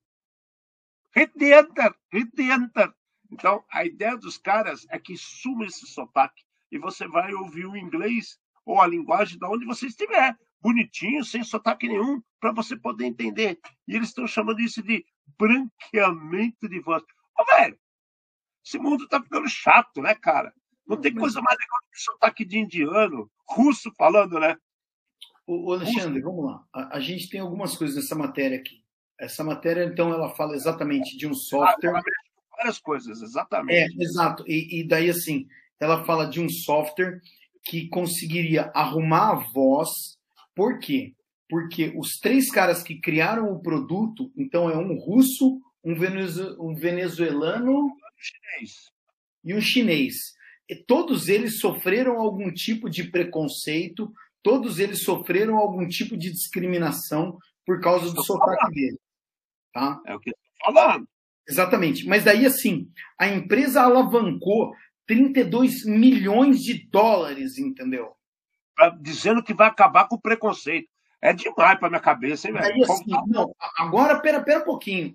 [SPEAKER 2] Hit the enter. Hit the enter. Então, a ideia dos caras é que suma esse sotaque e você vai ouvir o inglês ou a linguagem de onde você estiver, bonitinho, sem sotaque nenhum, para você poder entender. E eles estão chamando isso de branqueamento de voz. Ô, velho, esse mundo tá ficando chato, né, cara? Não tem coisa mais legal que sotaque de indiano, russo falando, né?
[SPEAKER 3] Ô, Alexandre, russo. Vamos lá. A, a gente tem algumas coisas nessa matéria aqui. Essa matéria, então, ela fala exatamente de um software...
[SPEAKER 2] Ah, várias coisas, exatamente.
[SPEAKER 3] É, exato. E, e daí, assim, ela fala de um software que conseguiria arrumar a voz. Por quê? Porque os três caras que criaram o produto, então é um russo, um, venezu, um venezuelano
[SPEAKER 2] um chinês.
[SPEAKER 3] e um chinês. E todos eles sofreram algum tipo de preconceito, todos eles sofreram algum tipo de discriminação por causa do sotaque dele. Tá?
[SPEAKER 2] É o que eu estou falando.
[SPEAKER 3] Exatamente. Mas daí, assim, a empresa alavancou trinta e dois milhões de dólares, entendeu?
[SPEAKER 2] Pra, dizendo que vai acabar com o preconceito. É demais para minha cabeça, hein, velho?
[SPEAKER 3] Daí, assim, não, agora, pera, pera um pouquinho.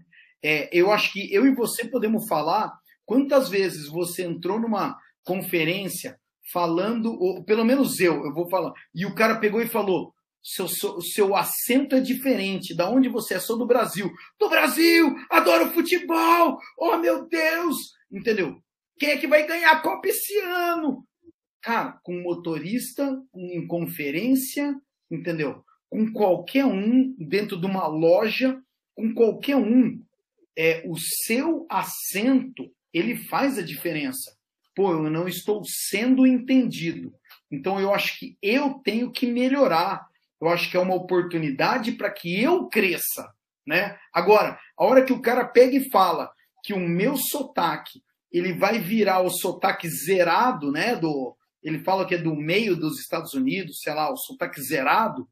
[SPEAKER 3] É, eu acho que eu e você podemos falar quantas vezes você entrou numa conferência falando, ou pelo menos eu, eu vou falar, e o cara pegou e falou, seu, seu, seu acento é diferente, da onde você é? Sou do Brasil. Do Brasil! Adoro futebol! Oh, meu Deus! Entendeu? Quem é que vai ganhar a Copa esse ano? Cara, com motorista, em conferência, entendeu? Com qualquer um, dentro de uma loja, com qualquer um, é, o seu acento, ele faz a diferença. Pô, eu não estou sendo entendido. Então, eu acho que eu tenho que melhorar. Eu acho que é uma oportunidade para que eu cresça, né? Agora, a hora que o cara pega e fala que o meu sotaque, ele vai virar o sotaque zerado, né? Do, ele fala que é do meio dos Estados Unidos, sei lá, o sotaque zerado.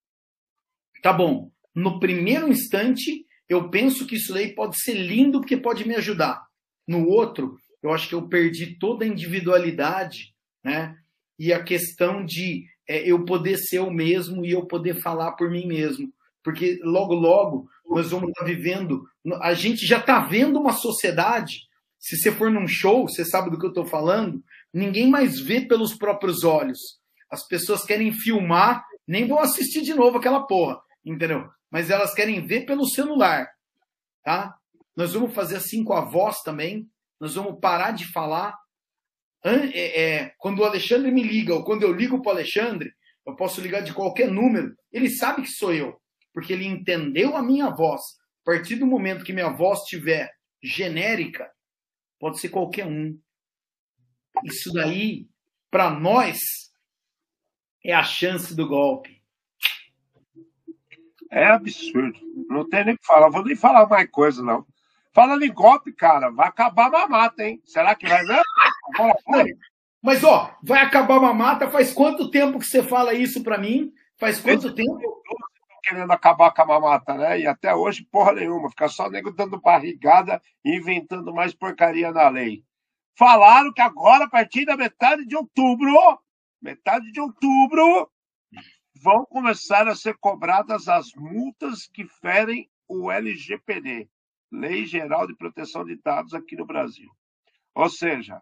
[SPEAKER 3] Tá bom. No primeiro instante, eu penso que isso daí pode ser lindo porque pode me ajudar. No outro, eu acho que eu perdi toda a individualidade, né? E a questão de é, eu poder ser eu mesmo e eu poder falar por mim mesmo. Porque logo, logo, nós vamos estar vivendo... A gente já está vendo uma sociedade... Se você for num show, você sabe do que eu estou falando, ninguém mais vê pelos próprios olhos. As pessoas querem filmar, nem vão assistir de novo aquela porra, entendeu? Mas elas querem ver pelo celular, tá? Nós vamos fazer assim com a voz também, nós vamos parar de falar. É, é, quando o Alexandre me liga, ou quando eu ligo para o Alexandre, eu posso ligar de qualquer número, ele sabe que sou eu, porque ele entendeu a minha voz. A partir do momento que minha voz estiver genérica, pode ser qualquer um. Isso daí, para nós, é a chance do golpe.
[SPEAKER 2] É absurdo. Não tem nem o que falar. Vou nem falar mais coisa, não. Falando em golpe, cara, vai acabar a mamata, hein? Será que vai mesmo?
[SPEAKER 3] Mas, ó, vai acabar a mamata? Faz quanto tempo que você fala isso pra mim? Faz quanto Esse tempo?
[SPEAKER 2] Estão querendo acabar com a mamata, né? E até hoje, porra nenhuma. Fica só nego dando barrigada e inventando mais porcaria na lei. Falaram que agora, a partir da metade de outubro, metade de outubro, vão começar a ser cobradas as multas que ferem o L G P D, Lei Geral de Proteção de Dados aqui no Brasil. Ou seja,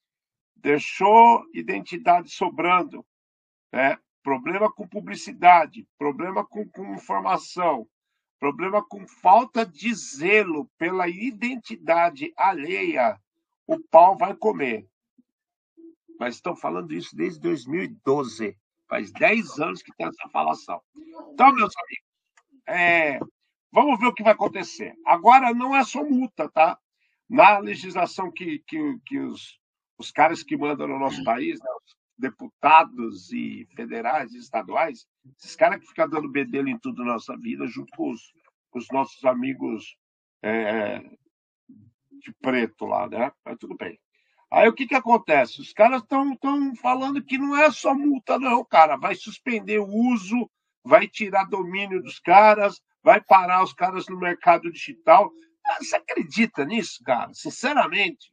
[SPEAKER 2] deixou identidade sobrando, né? Problema com publicidade, problema com, com informação, problema com falta de zelo pela identidade alheia, o pau vai comer. Mas estão falando isso desde dois mil e doze. Faz dez anos que tem essa falação. Então, meus amigos, é, vamos ver o que vai acontecer. Agora, não é só multa, tá? Na legislação que, que, que os, os caras que mandam no nosso país, né, os deputados e federais e estaduais, esses caras que ficam dando bedelho em tudo na nossa vida, junto com os, com os nossos amigos é, de preto lá, né? Mas tudo bem. Aí o que, que acontece? Os caras estão falando que não é só multa, não, cara. Vai suspender o uso, vai tirar domínio dos caras, vai parar os caras no mercado digital. Você acredita nisso, cara? Sinceramente?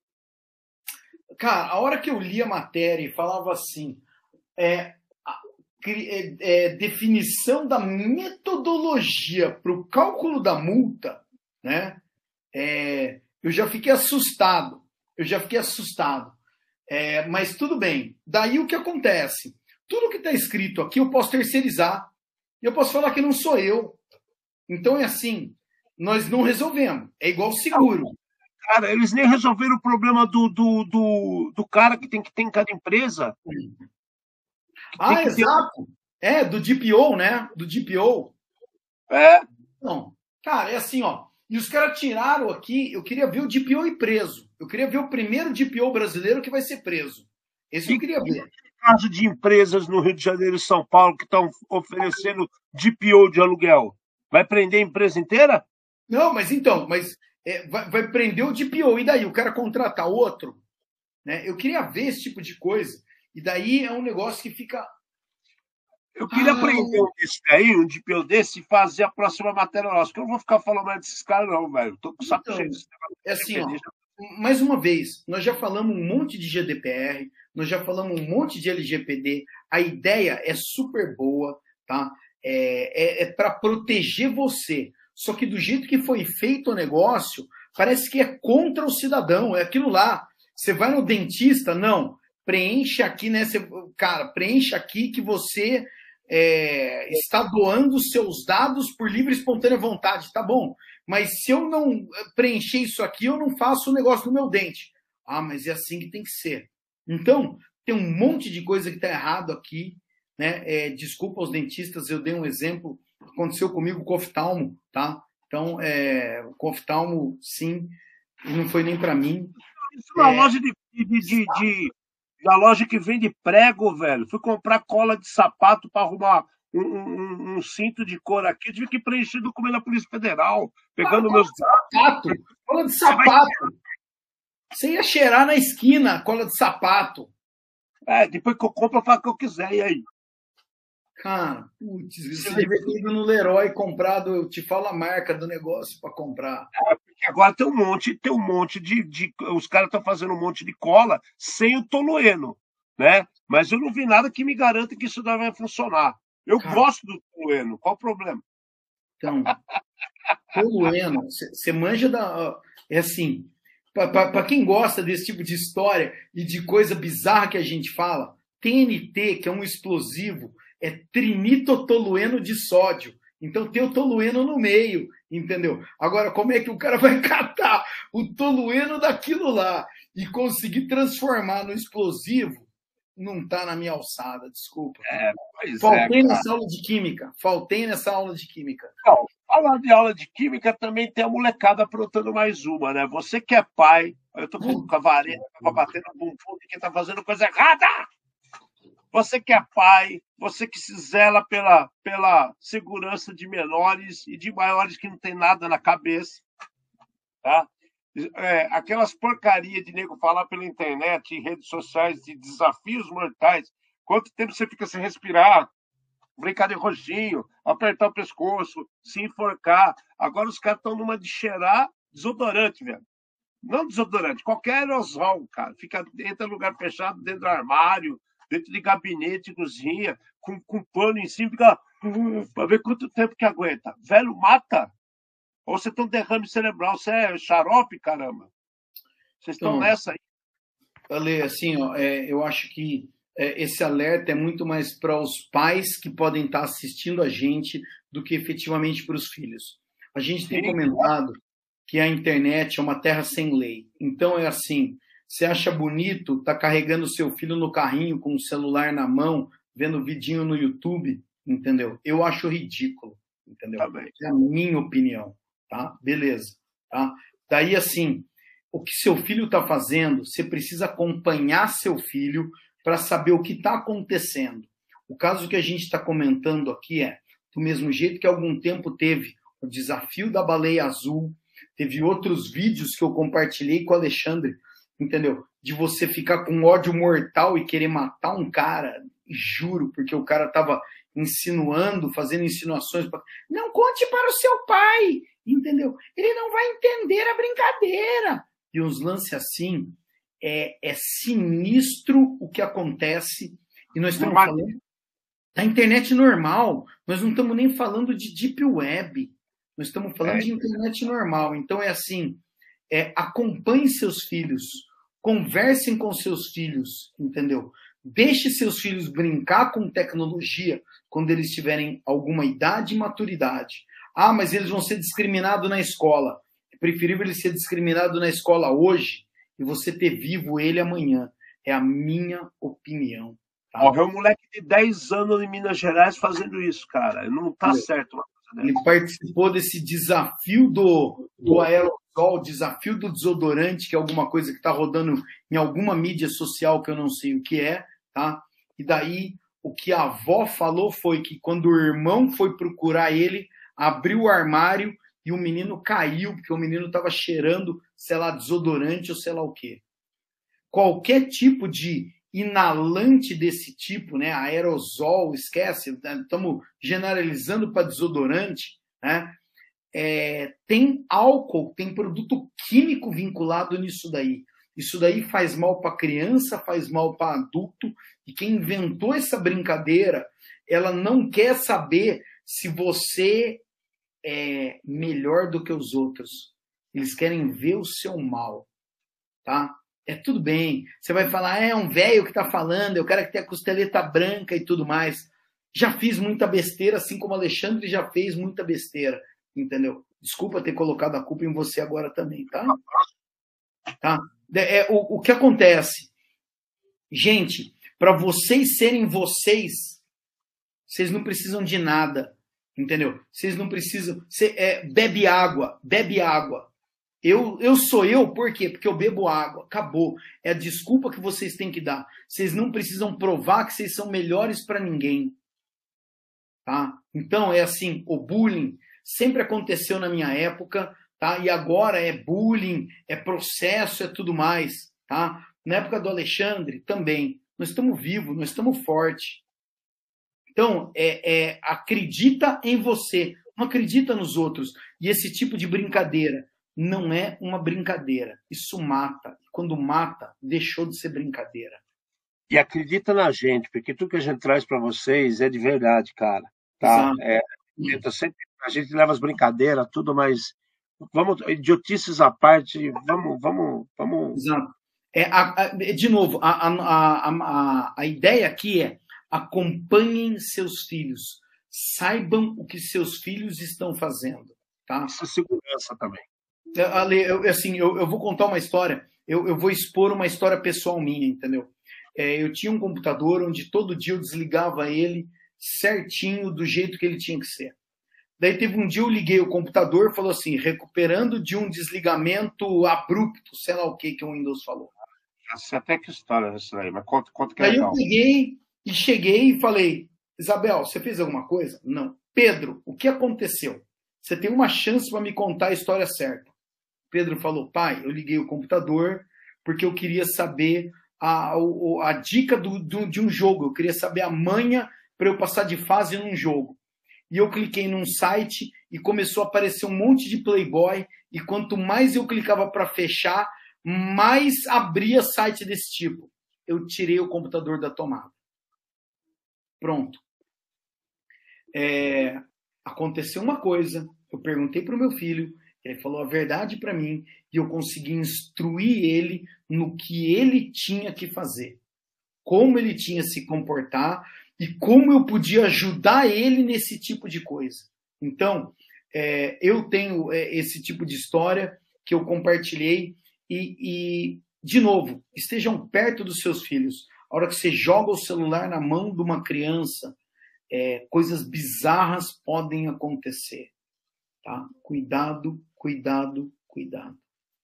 [SPEAKER 3] Cara, a hora que eu li a matéria e falava assim, é, é, é definição da metodologia para o cálculo da multa, né? É, eu já fiquei assustado. Eu já fiquei assustado. É, mas tudo bem. Daí o que acontece? Tudo que está escrito aqui eu posso terceirizar. E eu posso falar que não sou eu. Então é assim, nós não resolvemos. É igual seguro.
[SPEAKER 2] Cara, eles nem resolveram o problema do, do, do, do cara que tem que ter em cada empresa.
[SPEAKER 3] Ah, exato. Ter... É, do D P O, né? Do D P O.
[SPEAKER 2] É.
[SPEAKER 3] Não. Cara, é assim, ó. E os caras tiraram aqui, eu queria ver o D P O ir preso. Eu queria ver o primeiro D P O brasileiro que vai ser preso. Esse eu queria ver.
[SPEAKER 2] Caso de empresas no Rio de Janeiro e São Paulo que estão oferecendo D P O de aluguel. Vai prender a empresa inteira?
[SPEAKER 3] Não, mas então, mas é, vai, vai prender o D P O. E daí? O cara contratar outro? Né? Eu queria ver esse tipo de coisa. E daí é um negócio que fica...
[SPEAKER 2] Eu queria ah, aprender um desse aí, um D P O desse, e fazer a próxima matéria nossa. Porque eu não vou ficar falando mais desses caras, não, velho. Tô com o saco
[SPEAKER 3] então,
[SPEAKER 2] cheio desse
[SPEAKER 3] negócio. É assim, ó, mais uma vez, nós já falamos um monte de G D P R, nós já falamos um monte de L G P D. A ideia é super boa, tá? É, é, é para proteger você. Só que do jeito que foi feito o negócio, parece que é contra o cidadão. É aquilo lá. Você vai no dentista, não. Preenche aqui, né? Você, cara, preenche aqui que você... É, está doando seus dados por livre e espontânea vontade, tá bom, mas se eu não preencher isso aqui, eu não faço o negócio no meu dente. Ah, mas é assim que tem que ser. Então, tem um monte de coisa que está errado aqui, né? É, desculpa aos dentistas, eu dei um exemplo, aconteceu comigo com o oftalmo, tá? Então, é, o oftalmo, sim, não foi nem para mim.
[SPEAKER 2] Isso é uma é... loja de... de, de, de... Da loja que vende prego, velho. Fui comprar cola de sapato para arrumar um, um, um cinto de cor aqui. Eu tive que preencher o documento da Polícia Federal, pegando ah, meus
[SPEAKER 3] sapato. Cola de sapato. Você ia cheirar na esquina, cola de sapato.
[SPEAKER 2] É, depois que eu compro, eu faço o que eu quiser. E aí?
[SPEAKER 3] Cara, putz, você devia ter ido no Leroy e comprado, eu te falo a marca do negócio para comprar.
[SPEAKER 2] É, porque agora tem um monte, tem um monte de. de os caras estão fazendo um monte de cola sem o tolueno, né? Mas eu não vi nada que me garanta que isso vai funcionar. Eu cara, gosto do tolueno, qual o problema?
[SPEAKER 3] Então, tolueno, você manja da. É assim, para quem gosta desse tipo de história e de coisa bizarra que a gente fala, T N T, que é um explosivo, é trinitotolueno de sódio. Então tem o tolueno no meio, entendeu? Agora, como é que o cara vai catar o tolueno daquilo lá e conseguir transformar no explosivo? não tá na minha alçada, desculpa.
[SPEAKER 2] É, pois
[SPEAKER 3] Faltei
[SPEAKER 2] é,
[SPEAKER 3] nessa aula de química. Faltei nessa aula de química.
[SPEAKER 2] Não, falar de aula de química também tem a molecada aprontando mais uma, né? Você que é pai, eu tô com a vareta pra bater no bumbum de quem tá fazendo coisa errada! Você que é pai, você que se zela pela, pela segurança de menores e de maiores que não tem nada na cabeça, tá? É, aquelas porcarias de nego falar pela internet e redes sociais de desafios mortais. Quanto tempo você fica sem respirar? Brincar de roxinho, apertar o pescoço, se enforcar. Agora os caras estão numa de cheirar desodorante, velho. Não desodorante, qualquer aerosol, cara. Fica dentro do lugar fechado, dentro do armário, dentro de gabinete, cozinha, com, com pano em cima, fica para ver quanto tempo que aguenta. Velho, mata. Ou você tem um derrame cerebral, você é xarope, caramba. Vocês estão
[SPEAKER 3] Então,
[SPEAKER 2] nessa aí.
[SPEAKER 3] Ale, assim, ó, é, eu acho que é, esse alerta é muito mais para os pais que podem estar assistindo a gente do que efetivamente para os filhos. A gente tem
[SPEAKER 2] Sim.
[SPEAKER 3] comentado que a internet é uma terra sem lei. Então é assim, você acha bonito tá carregando seu filho no carrinho com o celular na mão, vendo vidinho no YouTube, entendeu? Eu acho ridículo, entendeu?
[SPEAKER 2] Também.
[SPEAKER 3] É a minha opinião, tá? Beleza, tá? Daí assim, o que seu filho está fazendo, você precisa acompanhar seu filho para saber o que está acontecendo. O caso que a gente está comentando aqui é, do mesmo jeito que há algum tempo teve o desafio da baleia azul, teve outros vídeos que eu compartilhei com o Alexandre, entendeu? De você ficar com ódio mortal e querer matar um cara, juro, porque o cara estava insinuando, fazendo insinuações. Pra... Não conte para o seu pai, entendeu? Ele não vai entender a brincadeira. E uns lances assim, é, é sinistro o que acontece. E nós estamos
[SPEAKER 2] Mas...
[SPEAKER 3] falando da internet normal. Nós não estamos nem falando de deep web. Nós estamos falando é. de internet normal. Então é assim, é, acompanhe seus filhos, conversem com seus filhos, entendeu? Deixe seus filhos brincar com tecnologia quando eles tiverem alguma idade e maturidade. Ah, mas eles vão ser discriminados na escola. É preferível ele ser discriminado na escola hoje e você ter vivo ele amanhã. É a minha opinião. Tá?
[SPEAKER 2] Morreu um moleque de dez anos em Minas Gerais fazendo isso, cara. Não tá é. certo uma coisa dessa.
[SPEAKER 3] Ele participou desse desafio do, do aerosol, desafio do desodorante, que é alguma coisa que está rodando em alguma mídia social que eu não sei o que é, tá? E daí o que a avó falou foi que quando o irmão foi procurar ele, abriu o armário e o menino caiu, porque o menino estava cheirando, sei lá, desodorante ou sei lá o quê. Qualquer tipo de inalante desse tipo, né, aerosol, esquece, estamos generalizando para desodorante, né, é, tem álcool, tem produto químico vinculado nisso daí. Isso daí faz mal para criança, faz mal para adulto, e quem inventou essa brincadeira, ela não quer saber se você é melhor do que os outros. Eles querem ver o seu mal, tá? É tudo bem. Você vai falar, é um velho que tá falando, é o cara que tem a costeleta branca e tudo mais. Já fiz muita besteira, assim como o Alexandre já fez muita besteira, entendeu? Desculpa ter colocado a culpa em você agora também, tá? Tá? É, o, o que acontece? Gente, para vocês serem vocês, vocês não precisam de nada, entendeu? Vocês não precisam... Cê, é, bebe água, bebe água. Eu, eu sou eu, por quê? Porque eu bebo água, acabou. É a desculpa que vocês têm que dar. Vocês não precisam provar que vocês são melhores para ninguém. Tá? Então, é assim, o bullying sempre aconteceu na minha época, tá? E agora é bullying, é processo, é tudo mais. Tá? Na época do Alexandre, também. Nós estamos vivos, nós estamos fortes. Então, é, é, acredita em você, não acredita nos outros. E esse tipo de brincadeira não é uma brincadeira. Isso mata. E quando mata, deixou de ser brincadeira.
[SPEAKER 2] E acredita na gente, porque tudo que a gente traz para vocês é de verdade, cara. Tá? É, sempre, a gente leva as brincadeiras, tudo, mas vamos, idiotices à parte, vamos, vamos, vamos.
[SPEAKER 3] Exato. É, a, a, de novo, a, a, a, a ideia aqui é acompanhem seus filhos, saibam o que seus filhos estão fazendo. Tá?
[SPEAKER 2] Isso é segurança também.
[SPEAKER 3] Ale, eu, assim, eu, eu vou contar uma história, eu, eu vou expor uma história pessoal minha, entendeu? é, eu tinha um computador onde todo dia eu desligava ele certinho do jeito que ele tinha que ser. Daí teve um dia eu liguei o computador, falou assim, recuperando de um desligamento abrupto, sei lá o que que o Windows falou.
[SPEAKER 2] Já sei até que história é isso aí, mas conta, conta que é
[SPEAKER 3] Daí
[SPEAKER 2] legal.
[SPEAKER 3] eu peguei e cheguei e falei, Isabel, você fez alguma coisa? Não. Pedro, o que aconteceu? Você tem uma chance para me contar a história certa. Pedro falou, pai, eu liguei o computador porque eu queria saber a, a, a dica do, do, de um jogo, eu queria saber a manha para eu passar de fase num jogo. E eu cliquei num site e começou a aparecer um monte de Playboy, e quanto mais eu clicava para fechar, mais abria site desse tipo. Eu tirei o computador da tomada. Pronto. É, aconteceu uma coisa, eu perguntei para o meu filho, ele falou a verdade para mim, e eu consegui instruir ele no que ele tinha que fazer, como ele tinha que se comportar, e como eu podia ajudar ele nesse tipo de coisa. Então, é, eu tenho é, esse tipo de história que eu compartilhei e, e, de novo, estejam perto dos seus filhos. A hora que você joga o celular na mão de uma criança, é, coisas bizarras podem acontecer. Tá? Cuidado, cuidado, cuidado.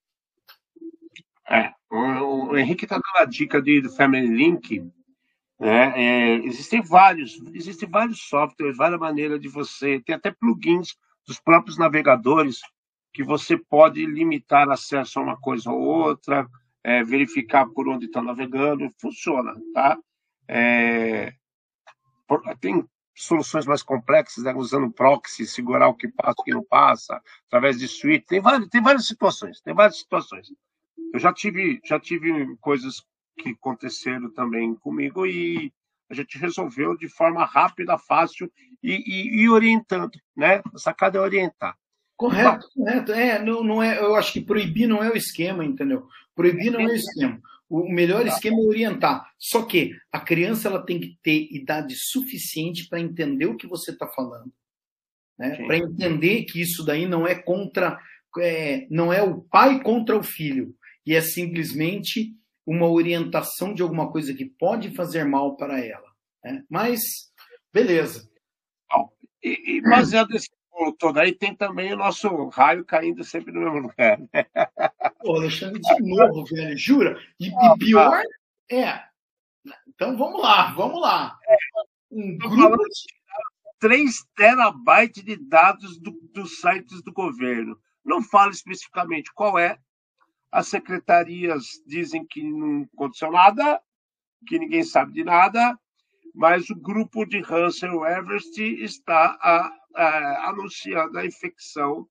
[SPEAKER 2] É, o, o Henrique está dando a dica de, do Family Link. Né? É, existem vários, existem vários softwares, várias maneiras de você, tem até plugins dos próprios navegadores que você pode limitar acesso a uma coisa ou outra, é, verificar por onde está navegando, funciona, tá? É, por, tem soluções mais complexas, né? Usando proxy, segurar o que passa, o que não passa, através de suite, tem várias, tem várias situações, tem várias situações. Eu já tive, já tive coisas que aconteceram também comigo e a gente resolveu de forma rápida, fácil e, e, e orientando, né? A sacada é orientar.
[SPEAKER 3] Correto, correto. É, não, não é, eu acho que proibir não é o esquema, entendeu? Proibir não é o esquema. O melhor esquema é orientar. Só que a criança ela tem que ter idade suficiente para entender o que você está falando. Né? Para entender que isso daí não é contra... É, não é o pai contra o filho. E é simplesmente uma orientação de alguma coisa que pode fazer mal para ela. Né? Mas, beleza.
[SPEAKER 2] Bom, e, e baseado nesse bolo todo aí, tem também o nosso raio caindo sempre no mesmo lugar. Né?
[SPEAKER 3] Pô, Alexandre, de novo, velho, jura? E, e pior é... Então, vamos lá, vamos lá. Um grupo de...
[SPEAKER 2] três terabytes de dados do, dos sites do governo. Não fala especificamente qual é. As secretarias dizem que não aconteceu nada, que ninguém sabe de nada, mas o grupo de Russell Everest está a, a, anunciando a infecção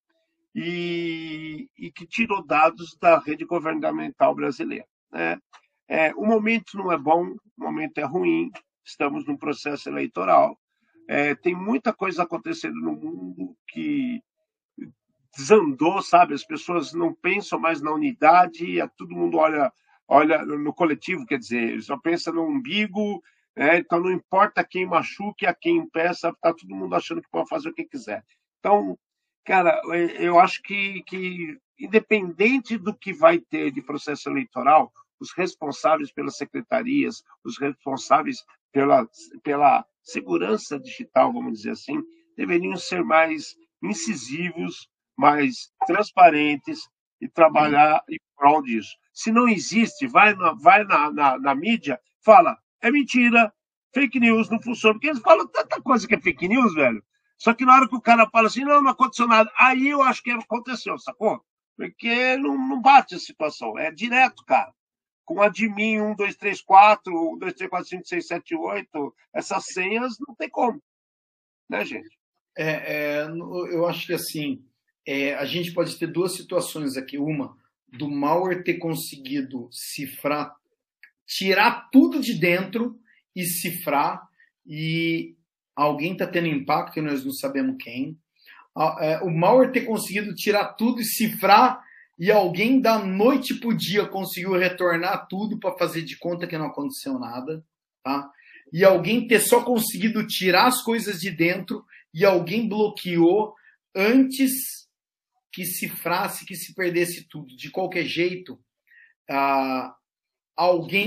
[SPEAKER 2] e, e que tirou dados da rede governamental brasileira. Né? É, o momento não é bom, o momento é ruim, estamos num processo eleitoral, é, tem muita coisa acontecendo no mundo que desandou, sabe? As pessoas não pensam mais na unidade, todo mundo olha, olha no coletivo, quer dizer, só pensa no umbigo, né? Então não importa quem machuque, a quem impeça, tá todo mundo achando que pode fazer o que quiser. Então, cara, eu acho que, que independente do que vai ter de processo eleitoral, os responsáveis pelas secretarias, os responsáveis pela, pela segurança digital, vamos dizer assim, deveriam ser mais incisivos, mais transparentes e trabalhar em prol disso. Se não existe, vai na, vai na, na, na mídia, fala, é mentira, fake news, não funciona. Porque eles falam tanta coisa que é fake news, velho. Só que na hora que o cara fala assim, não, não aconteceu nada, aí eu acho que aconteceu, sacou? Porque não, não bate a situação, é direto, cara. Com admin um, dois, três, quatro, um, dois, três, quatro, cinco, seis, sete, oito, essas senhas não tem como. Né, gente?
[SPEAKER 3] É, é, eu acho que assim, é, a gente pode ter duas situações aqui. Uma, do malware ter conseguido cifrar, tirar tudo de dentro e cifrar, e alguém está tendo impacto e nós não sabemos quem. O malware ter conseguido tirar tudo e cifrar, e alguém da noite para o dia conseguiu retornar tudo para fazer de conta que não aconteceu nada. Tá? E alguém ter só conseguido tirar as coisas de dentro e alguém bloqueou antes que cifrasse, que se perdesse tudo. De qualquer jeito, uh, alguém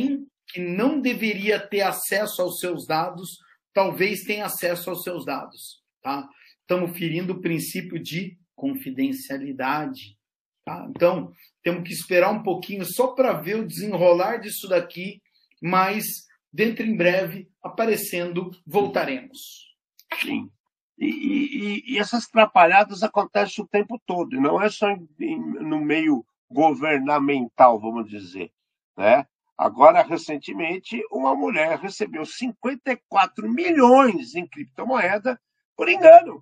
[SPEAKER 3] que não deveria ter acesso aos seus dados, talvez tenha acesso aos seus dados. Tá? Estamos ferindo o princípio de confidencialidade. Tá? Então, temos que esperar um pouquinho só para ver o desenrolar disso daqui, mas dentro em breve, aparecendo, voltaremos.
[SPEAKER 2] Sim. E, e, e essas atrapalhadas acontecem o tempo todo, e não é só em, em, no meio governamental, vamos dizer. Né? Agora, recentemente, uma mulher recebeu cinquenta e quatro milhões em criptomoeda por engano.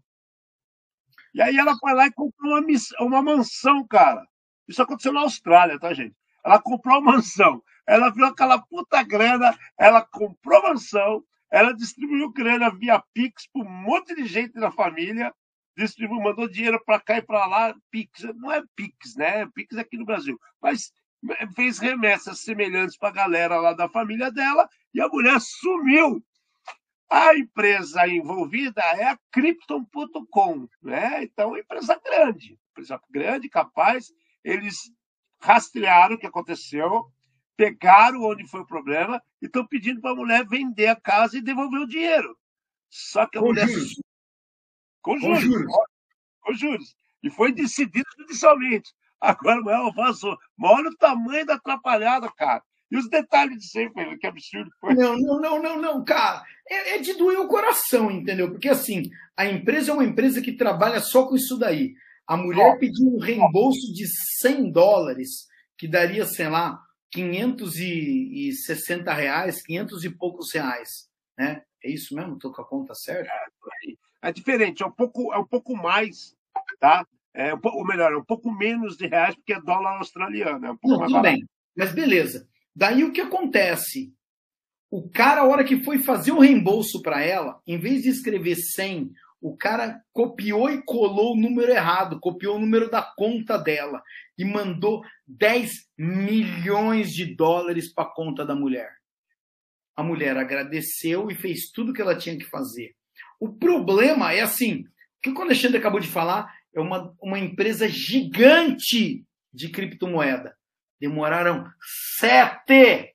[SPEAKER 2] E aí ela foi lá e comprou uma, uma mansão, cara. Isso aconteceu na Austrália, tá, gente? Ela comprou uma mansão, ela viu aquela puta grana, ela comprou mansão, ela distribuiu grana via Pix para um monte de gente da família, distribuiu, mandou dinheiro para cá e para lá, Pix. Não é Pix, né? Pix é aqui no Brasil. Mas fez remessas semelhantes para a galera lá da família dela e a mulher sumiu. A empresa envolvida é a Crypton ponto com, né? Então, é empresa grande, empresa grande, capaz. Eles rastrearam o que aconteceu, pegaram onde foi o problema e estão pedindo para a mulher vender a casa e devolver o dinheiro. Só que a
[SPEAKER 3] com
[SPEAKER 2] mulher...
[SPEAKER 3] Juros.
[SPEAKER 2] Com juros. Com juros. Com juros. E foi decidido judicialmente. Agora, ela vazou. Mas olha o tamanho da atrapalhada, cara. E os detalhes de sempre, que absurdo foi.
[SPEAKER 3] Não, não, não, não, não, cara. É, é de doer o coração, entendeu? Porque, assim, a empresa é uma empresa que trabalha só com isso daí. A mulher oh. pediu um reembolso de cem dólares, que daria, sei lá, quinhentos e sessenta reais, quinhentos e poucos reais, né? É isso mesmo? Estou com a conta certa?
[SPEAKER 2] É, é diferente, é um pouco, é um pouco mais, tá? É um pouco, ou melhor, é um pouco menos de reais, porque é dólar australiano. É um pouco
[SPEAKER 3] não,
[SPEAKER 2] mais
[SPEAKER 3] tudo
[SPEAKER 2] barato.
[SPEAKER 3] bem, mas beleza. Daí o que acontece? O cara, a hora que foi fazer o reembolso para ela, em vez de escrever cem, o cara copiou e colou o número errado, copiou o número da conta dela e mandou dez milhões de dólares para a conta da mulher. A mulher agradeceu e fez tudo que ela tinha que fazer. O problema é assim, o que o Alexandre acabou de falar é uma, uma empresa gigante de criptomoeda. Demoraram sete,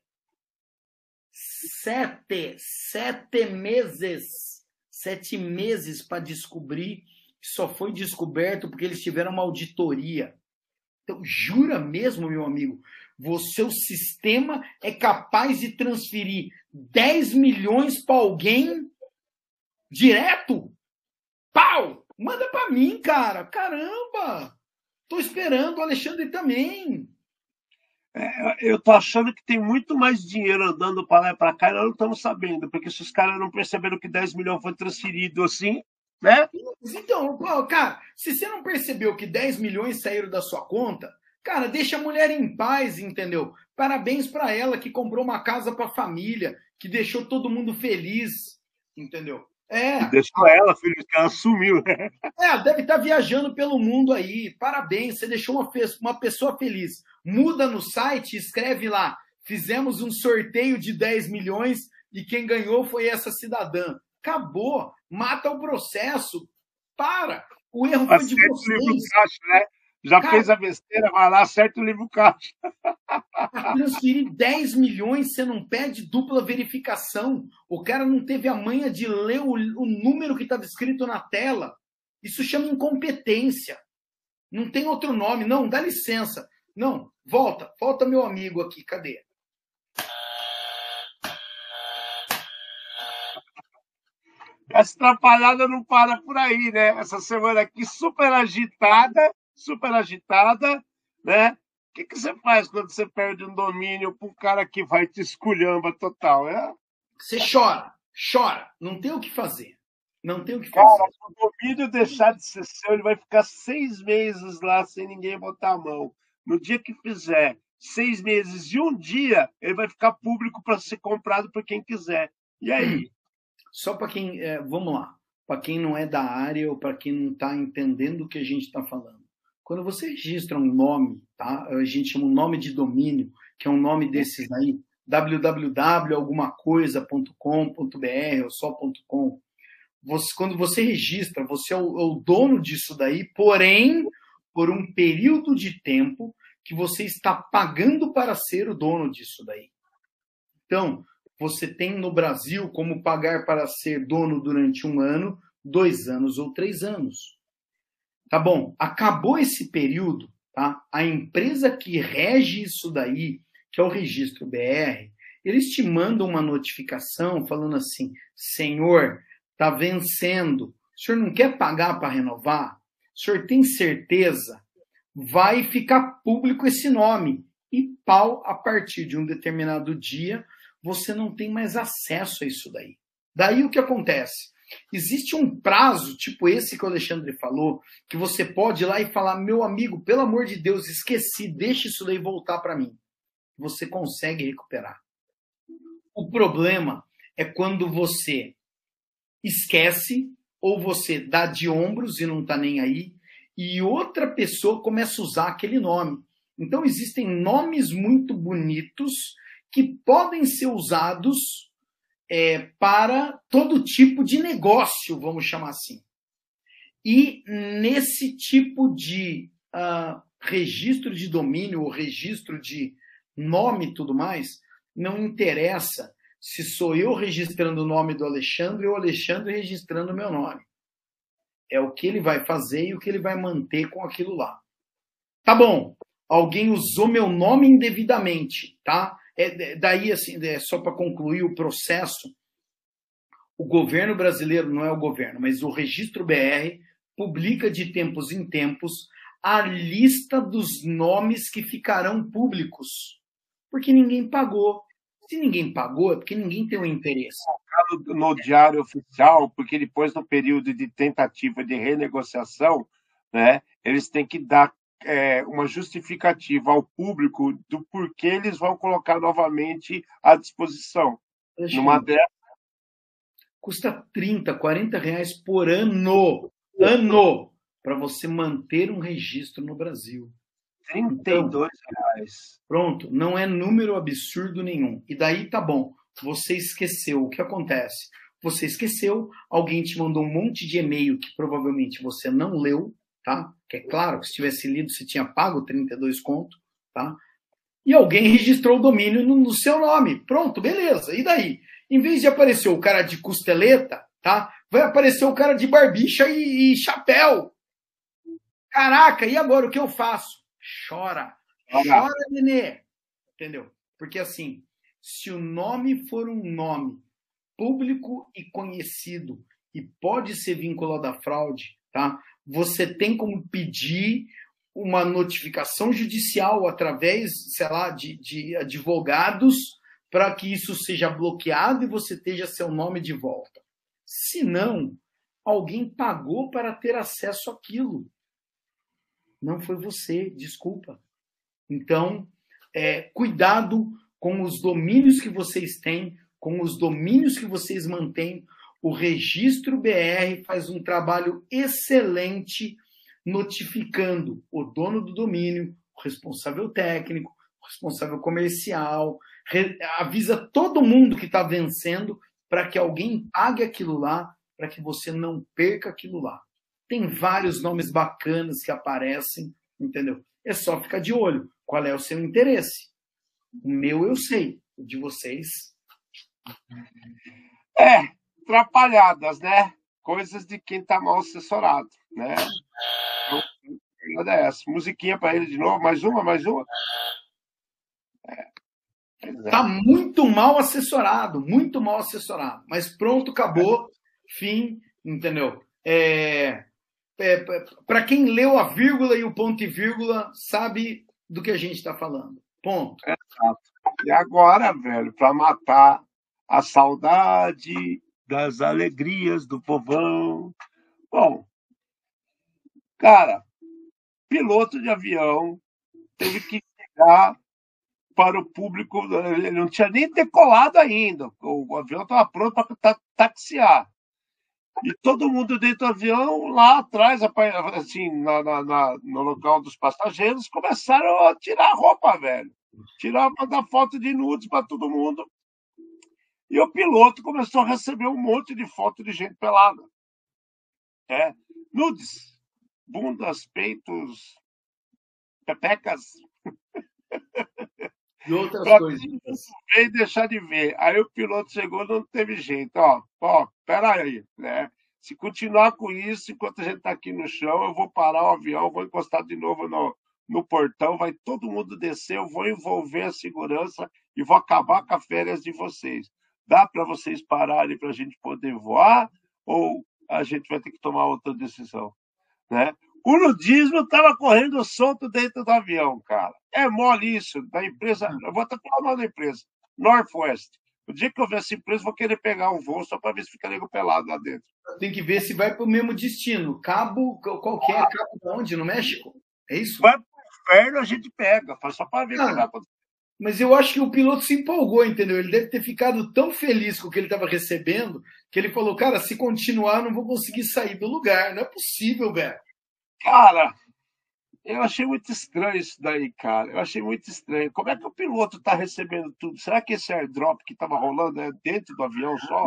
[SPEAKER 3] sete, sete meses, sete meses para descobrir, que só foi descoberto porque eles tiveram uma auditoria. Então, jura mesmo, meu amigo, o seu sistema é capaz de transferir dez milhões para alguém direto? Pau! Manda para mim, cara. Caramba! Tô esperando o Alexandre também.
[SPEAKER 2] É, eu tô achando que tem muito mais dinheiro andando para lá e para cá e nós não estamos sabendo, porque se os caras não perceberam que dez milhões foi transferido assim, né?
[SPEAKER 3] Então, cara, se você não percebeu que dez milhões saíram da sua conta, cara, deixa a mulher em paz, entendeu? Parabéns para ela que comprou uma casa para a família, que deixou todo mundo feliz, entendeu? É.
[SPEAKER 2] Deixou ela feliz, que ela sumiu, né?
[SPEAKER 3] É, deve estar viajando pelo mundo aí. Parabéns, você deixou uma, uma pessoa feliz. Muda no site, escreve lá. Fizemos um sorteio de dez milhões e quem ganhou foi essa cidadã. Acabou. Mata o processo. Para. O erro foi de vocês.
[SPEAKER 2] O livro caixa, né? Já Cara, fez a besteira, vai lá, acerta o livro caixa.
[SPEAKER 3] Para transferir dez milhões, você não pede dupla verificação. O cara não teve a manha de ler o, o número que estava escrito na tela. Isso chama incompetência. Não tem outro nome. Não, dá licença. Não, volta. Volta meu amigo aqui. Cadê?
[SPEAKER 2] Essa atrapalhada não para por aí, né? Essa semana aqui super agitada, super agitada, né? O que, que você faz quando você perde um domínio para um cara que vai te esculhamba total, né?
[SPEAKER 3] Você chora, chora. Não tem o que fazer. Não tem o que fazer.
[SPEAKER 2] Cara, se o domínio deixar de ser seu, ele vai ficar seis meses lá sem ninguém botar a mão. No dia que fizer seis meses e um dia, ele vai ficar público para ser comprado por quem quiser. E aí?
[SPEAKER 3] Só para quem... É, vamos lá. Para quem não é da área ou para quem não está entendendo o que a gente está falando. Quando você registra um nome, tá? A gente chama um nome de domínio, que é um nome desses aí, w w w alguma coisa ponto com ponto b r ou só ponto com. Você, quando você registra, você é o, é o dono disso daí, porém, por um período de tempo que você está pagando para ser o dono disso daí. Então, você tem no Brasil como pagar para ser dono durante um ano, dois anos ou três anos. Tá bom, acabou esse período, tá? A empresa que rege isso daí, que é o Registro B R, eles te mandam uma notificação falando assim, senhor, tá vencendo, o senhor não quer pagar para renovar? O senhor tem certeza? Vai ficar público esse nome. E pau, a partir de um determinado dia, você não tem mais acesso a isso daí. Daí o que acontece? Existe um prazo, tipo esse que o Alexandre falou, que você pode ir lá e falar, meu amigo, pelo amor de Deus, esqueci, deixa isso daí voltar para mim. Você consegue recuperar. O problema é quando você esquece ou você dá de ombros e não está nem aí e outra pessoa começa a usar aquele nome. Então existem nomes muito bonitos que podem ser usados é, para todo tipo de negócio, vamos chamar assim. E nesse tipo de uh, registro de domínio ou registro de nome e tudo mais, não interessa se sou eu registrando o nome do Alexandre ou o Alexandre registrando o meu nome. É o que ele vai fazer e o que ele vai manter com aquilo lá. Tá bom, alguém usou meu nome indevidamente, tá? É, daí, assim, é só para concluir o processo, o governo brasileiro, não é o governo, mas o Registro B R publica de tempos em tempos a lista dos nomes que ficarão públicos, porque ninguém pagou. Se ninguém pagou, é porque ninguém tem um interesse.
[SPEAKER 2] No Diário Oficial, porque depois, no período de tentativa de renegociação, né, eles têm que dar é, uma justificativa ao público do porquê eles vão colocar novamente à disposição.
[SPEAKER 3] Alexandre,
[SPEAKER 2] numa dessas...
[SPEAKER 3] Custa trinta, quarenta reais por ano, ano, para você manter um registro no Brasil.
[SPEAKER 2] trinta e dois reais.
[SPEAKER 3] Pronto, não é número absurdo nenhum. E daí tá bom, você esqueceu. O que acontece? Você esqueceu, alguém te mandou um monte de e-mail que provavelmente você não leu, tá? Que é claro que se tivesse lido, você tinha pago trinta e dois conto, tá? E alguém registrou o domínio no, no seu nome. Pronto, beleza. E daí? Em vez de aparecer o cara de costeleta, tá? Vai aparecer o cara de barbicha e, e chapéu. Caraca, e agora o que eu faço? Chora. Chora, nenê. Entendeu? Porque assim, se o nome for um nome público e conhecido e pode ser vinculado à fraude, tá? Você tem como pedir uma notificação judicial através, sei lá, de, de advogados para que isso seja bloqueado e você tenha seu nome de volta. Se não, alguém pagou para ter acesso àquilo. Não foi você, desculpa. Então, é, cuidado com os domínios que vocês têm, com os domínios que vocês mantêm. O Registro B R faz um trabalho excelente notificando o dono do domínio, o responsável técnico, o responsável comercial, re, avisa todo mundo que está vencendo para que alguém pague aquilo lá, para que você não perca aquilo lá. Tem vários nomes bacanas que aparecem, entendeu? É só ficar de olho. Qual é o seu interesse? O meu eu sei, o de vocês...
[SPEAKER 2] É, atrapalhadas, né? Coisas de quem está mal assessorado, né? Então, é essa. Musiquinha para ele de novo, mais uma, mais uma.
[SPEAKER 3] É. Tá muito mal assessorado, muito mal assessorado. Mas pronto, acabou, fim, entendeu? É, é, para quem leu a vírgula e o ponto e vírgula, sabe do que a gente está falando. Ponto.
[SPEAKER 2] Exato. E agora, velho, para matar a saudade das alegrias do povão. Bom, cara, piloto de avião teve que chegar para o público, ele não tinha nem decolado ainda, o avião estava pronto para taxiar. E todo mundo dentro do avião, lá atrás, assim, na, na, na, no local dos passageiros, começaram a tirar a roupa, velho. Tirar, mandar foto de nudes para todo mundo. E o piloto começou a receber um monte de foto de gente pelada. É, nudes, bundas, peitos, pepecas.
[SPEAKER 3] E outras
[SPEAKER 2] Pra
[SPEAKER 3] coisas.
[SPEAKER 2] ver e deixar de ver. Aí o piloto chegou, não teve jeito. Ó, ó, peraí, né? Se continuar com isso, enquanto a gente está aqui no chão, eu vou parar o avião, vou encostar de novo no, no portão, vai todo mundo descer, eu vou envolver a segurança e vou acabar com as férias de vocês. Dá para vocês pararem para a gente poder voar ou a gente vai ter que tomar outra decisão, né? O nudismo estava correndo solto dentro do avião, cara. É mole isso, da empresa, eu vou até falar o nome da empresa, Northwest. O dia que eu ver essa empresa, vou querer pegar um voo só para ver se fica nego pelado lá dentro.
[SPEAKER 3] Tem que ver se vai para o mesmo destino. Cabo, qualquer ah, cabo de onde? No México? É isso?
[SPEAKER 2] Vai para o inferno, a gente pega, só para ver o que vai acontecer.
[SPEAKER 3] Mas eu acho que o piloto se empolgou, entendeu? Ele deve ter ficado tão feliz com o que ele estava recebendo que ele falou, cara, se continuar, eu não vou conseguir sair do lugar. Não é possível, velho.
[SPEAKER 2] Cara, eu achei muito estranho isso daí, cara. Eu achei muito estranho. Como é que o piloto está recebendo tudo? Será que esse airdrop que estava rolando é dentro do avião só?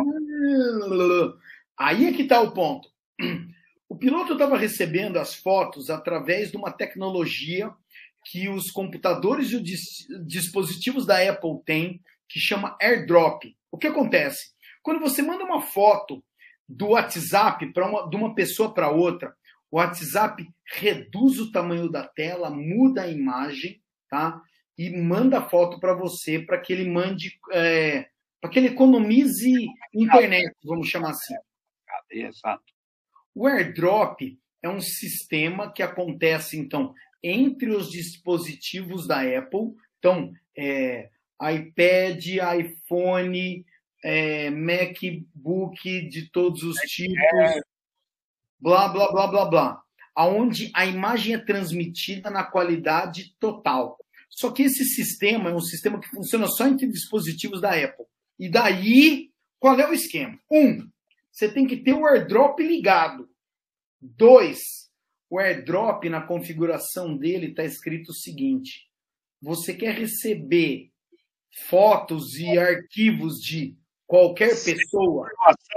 [SPEAKER 3] Aí é que está o ponto. O piloto estava recebendo as fotos através de uma tecnologia que os computadores e os dispositivos da Apple têm, que chama AirDrop. O que acontece? Quando você manda uma foto do WhatsApp para uma, de uma pessoa para outra, o WhatsApp reduz o tamanho da tela, muda a imagem, tá? E manda a foto para você, para que ele mande, é, para que ele economize internet, vamos chamar assim.
[SPEAKER 2] Exato.
[SPEAKER 3] O AirDrop é um sistema que acontece, então, entre os dispositivos da Apple. Então, é, iPad, iPhone, é, MacBook de todos os tipos, é. blá, blá, blá, blá, blá. Onde a imagem é transmitida na qualidade total. Só que esse sistema é um sistema que funciona só entre dispositivos da Apple. E daí, qual é o esquema? Um, você tem que ter o AirDrop ligado. Dois, o AirDrop, na configuração dele, está escrito o seguinte: você quer receber fotos e arquivos de qualquer pessoa?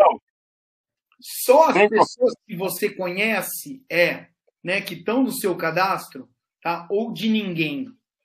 [SPEAKER 3] Só as pessoas que você conhece, é, né, que estão no seu cadastro, tá? Ou de ninguém.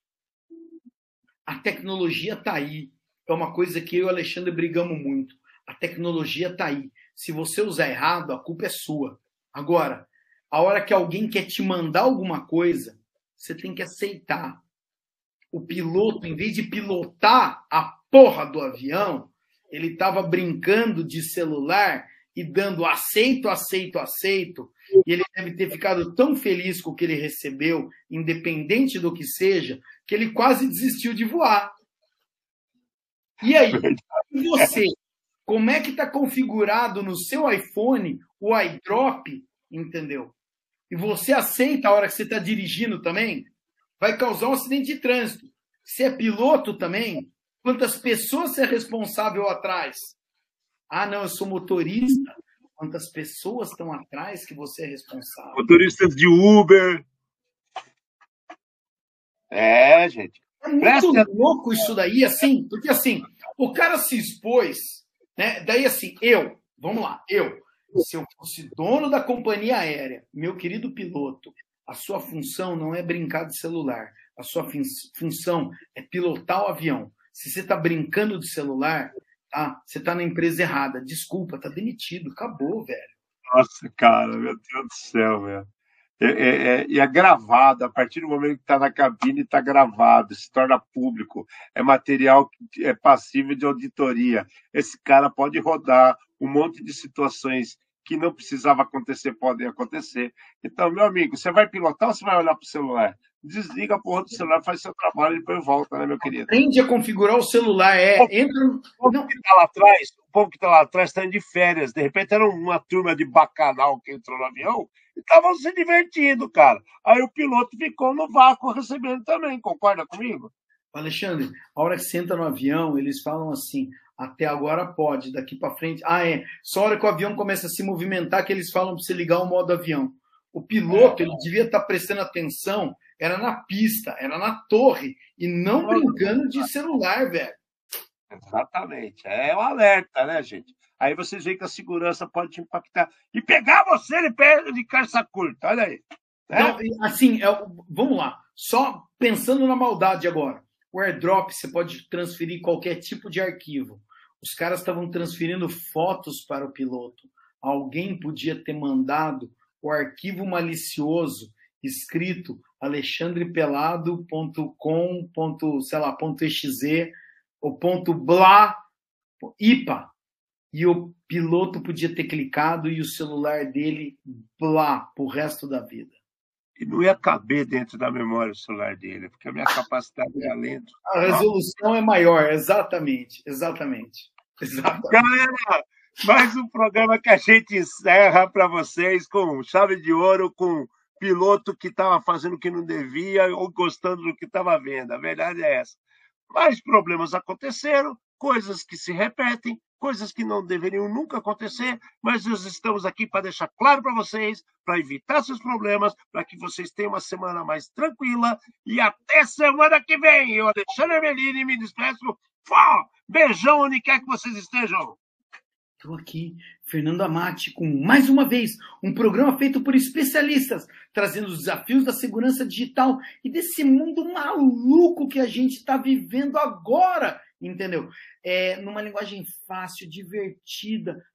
[SPEAKER 3] A tecnologia está aí. É uma coisa que eu e o Alexandre brigamos muito. A tecnologia está aí. Se você usar errado, a culpa é sua. Agora, a hora que alguém quer te mandar alguma coisa, você tem que aceitar. O piloto, em vez de pilotar a porra do avião, ele estava brincando de celular e dando aceito, aceito, aceito. E ele deve ter ficado tão feliz com o que ele recebeu, independente do que seja, que ele quase desistiu de voar. E aí, e você? Como é que está configurado no seu iPhone o iDrop, entendeu? E você aceita a hora que você está dirigindo também? Vai causar um acidente de trânsito. Você é piloto também? Quantas pessoas você é responsável atrás? Ah, não, eu sou motorista. Quantas pessoas estão atrás que você é responsável?
[SPEAKER 2] Motoristas de Uber. É, gente.
[SPEAKER 3] É muito Presta... louco isso daí, assim, porque assim, o cara se expôs, né? Daí assim, eu, vamos lá, eu, se eu fosse dono da companhia aérea, meu querido piloto, a sua função não é brincar de celular, a sua função é pilotar o avião. Se você está brincando de celular, tá? Você está na empresa errada. Desculpa, tá demitido, acabou, velho.
[SPEAKER 2] Nossa, cara, meu Deus do céu, velho. É, é, é, é gravado, a partir do momento que está na cabine, está gravado, se torna público, é material que é passível de auditoria. Esse cara pode rodar um monte de situações que não precisava acontecer, podem acontecer. Então, meu amigo, você vai pilotar ou você vai olhar para o celular? Desliga a porra do celular, faz seu trabalho e depois volta, né, meu querido?
[SPEAKER 3] Aprende a configurar o celular, é.
[SPEAKER 2] O entra... povo que está lá atrás, o povo que está lá atrás está de férias. De repente era uma turma de bacanal que entrou no avião e estavam se divertindo, cara. Aí o piloto ficou no vácuo recebendo também, concorda comigo?
[SPEAKER 3] Alexandre, a hora que você entra no avião, eles falam assim, até agora pode, daqui para frente... Ah, é, só a hora que o avião começa a se movimentar que eles falam para você ligar o modo avião. O piloto, é. ele devia estar prestando atenção, era na pista, era na torre, e não brincando de celular, velho.
[SPEAKER 2] Exatamente, é um alerta, né, gente? Aí vocês veem que a segurança pode te impactar. E pegar você de perna de calça curta, olha aí.
[SPEAKER 3] Né? Então, assim, é, vamos lá, só pensando na maldade agora. O AirDrop, você pode transferir qualquer tipo de arquivo. Os caras estavam transferindo fotos para o piloto. Alguém podia ter mandado o arquivo malicioso escrito alexandrepelado ponto com, sei lá, .exe ou .blá, I P A. E o piloto podia ter clicado e o celular dele, blá, pro resto da vida.
[SPEAKER 2] E não ia caber dentro da memória o celular dele, porque a minha capacidade é além do...
[SPEAKER 3] A resolução é maior, exatamente, exatamente. exatamente.
[SPEAKER 2] Galera, mais um programa que a gente encerra para vocês com chave de ouro, com piloto que estava fazendo o que não devia ou gostando do que estava vendo. A verdade é essa. Mas problemas aconteceram, coisas que se repetem, coisas que não deveriam nunca acontecer, mas nós estamos aqui para deixar claro para vocês, para evitar seus problemas, para que vocês tenham uma semana mais tranquila. E até semana que vem. Eu, Alexandre Bellini, me despeço. Fó! Beijão onde quer que vocês estejam.
[SPEAKER 3] Estou aqui, Fernando Amati, com mais uma vez um programa feito por especialistas, trazendo os desafios da segurança digital e desse mundo maluco que a gente está vivendo agora, entendeu? É, numa linguagem fácil, divertida,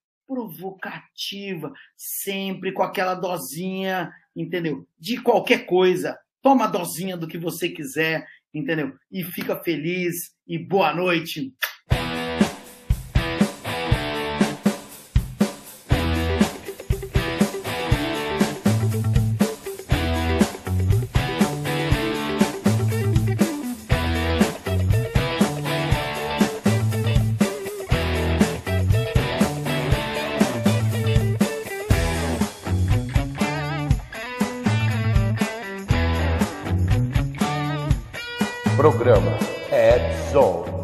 [SPEAKER 3] provocativa, sempre com aquela dosinha, entendeu? De qualquer coisa. Toma a dosinha do que você quiser, entendeu? E fica feliz e boa noite.
[SPEAKER 1] Programa Ed Zone.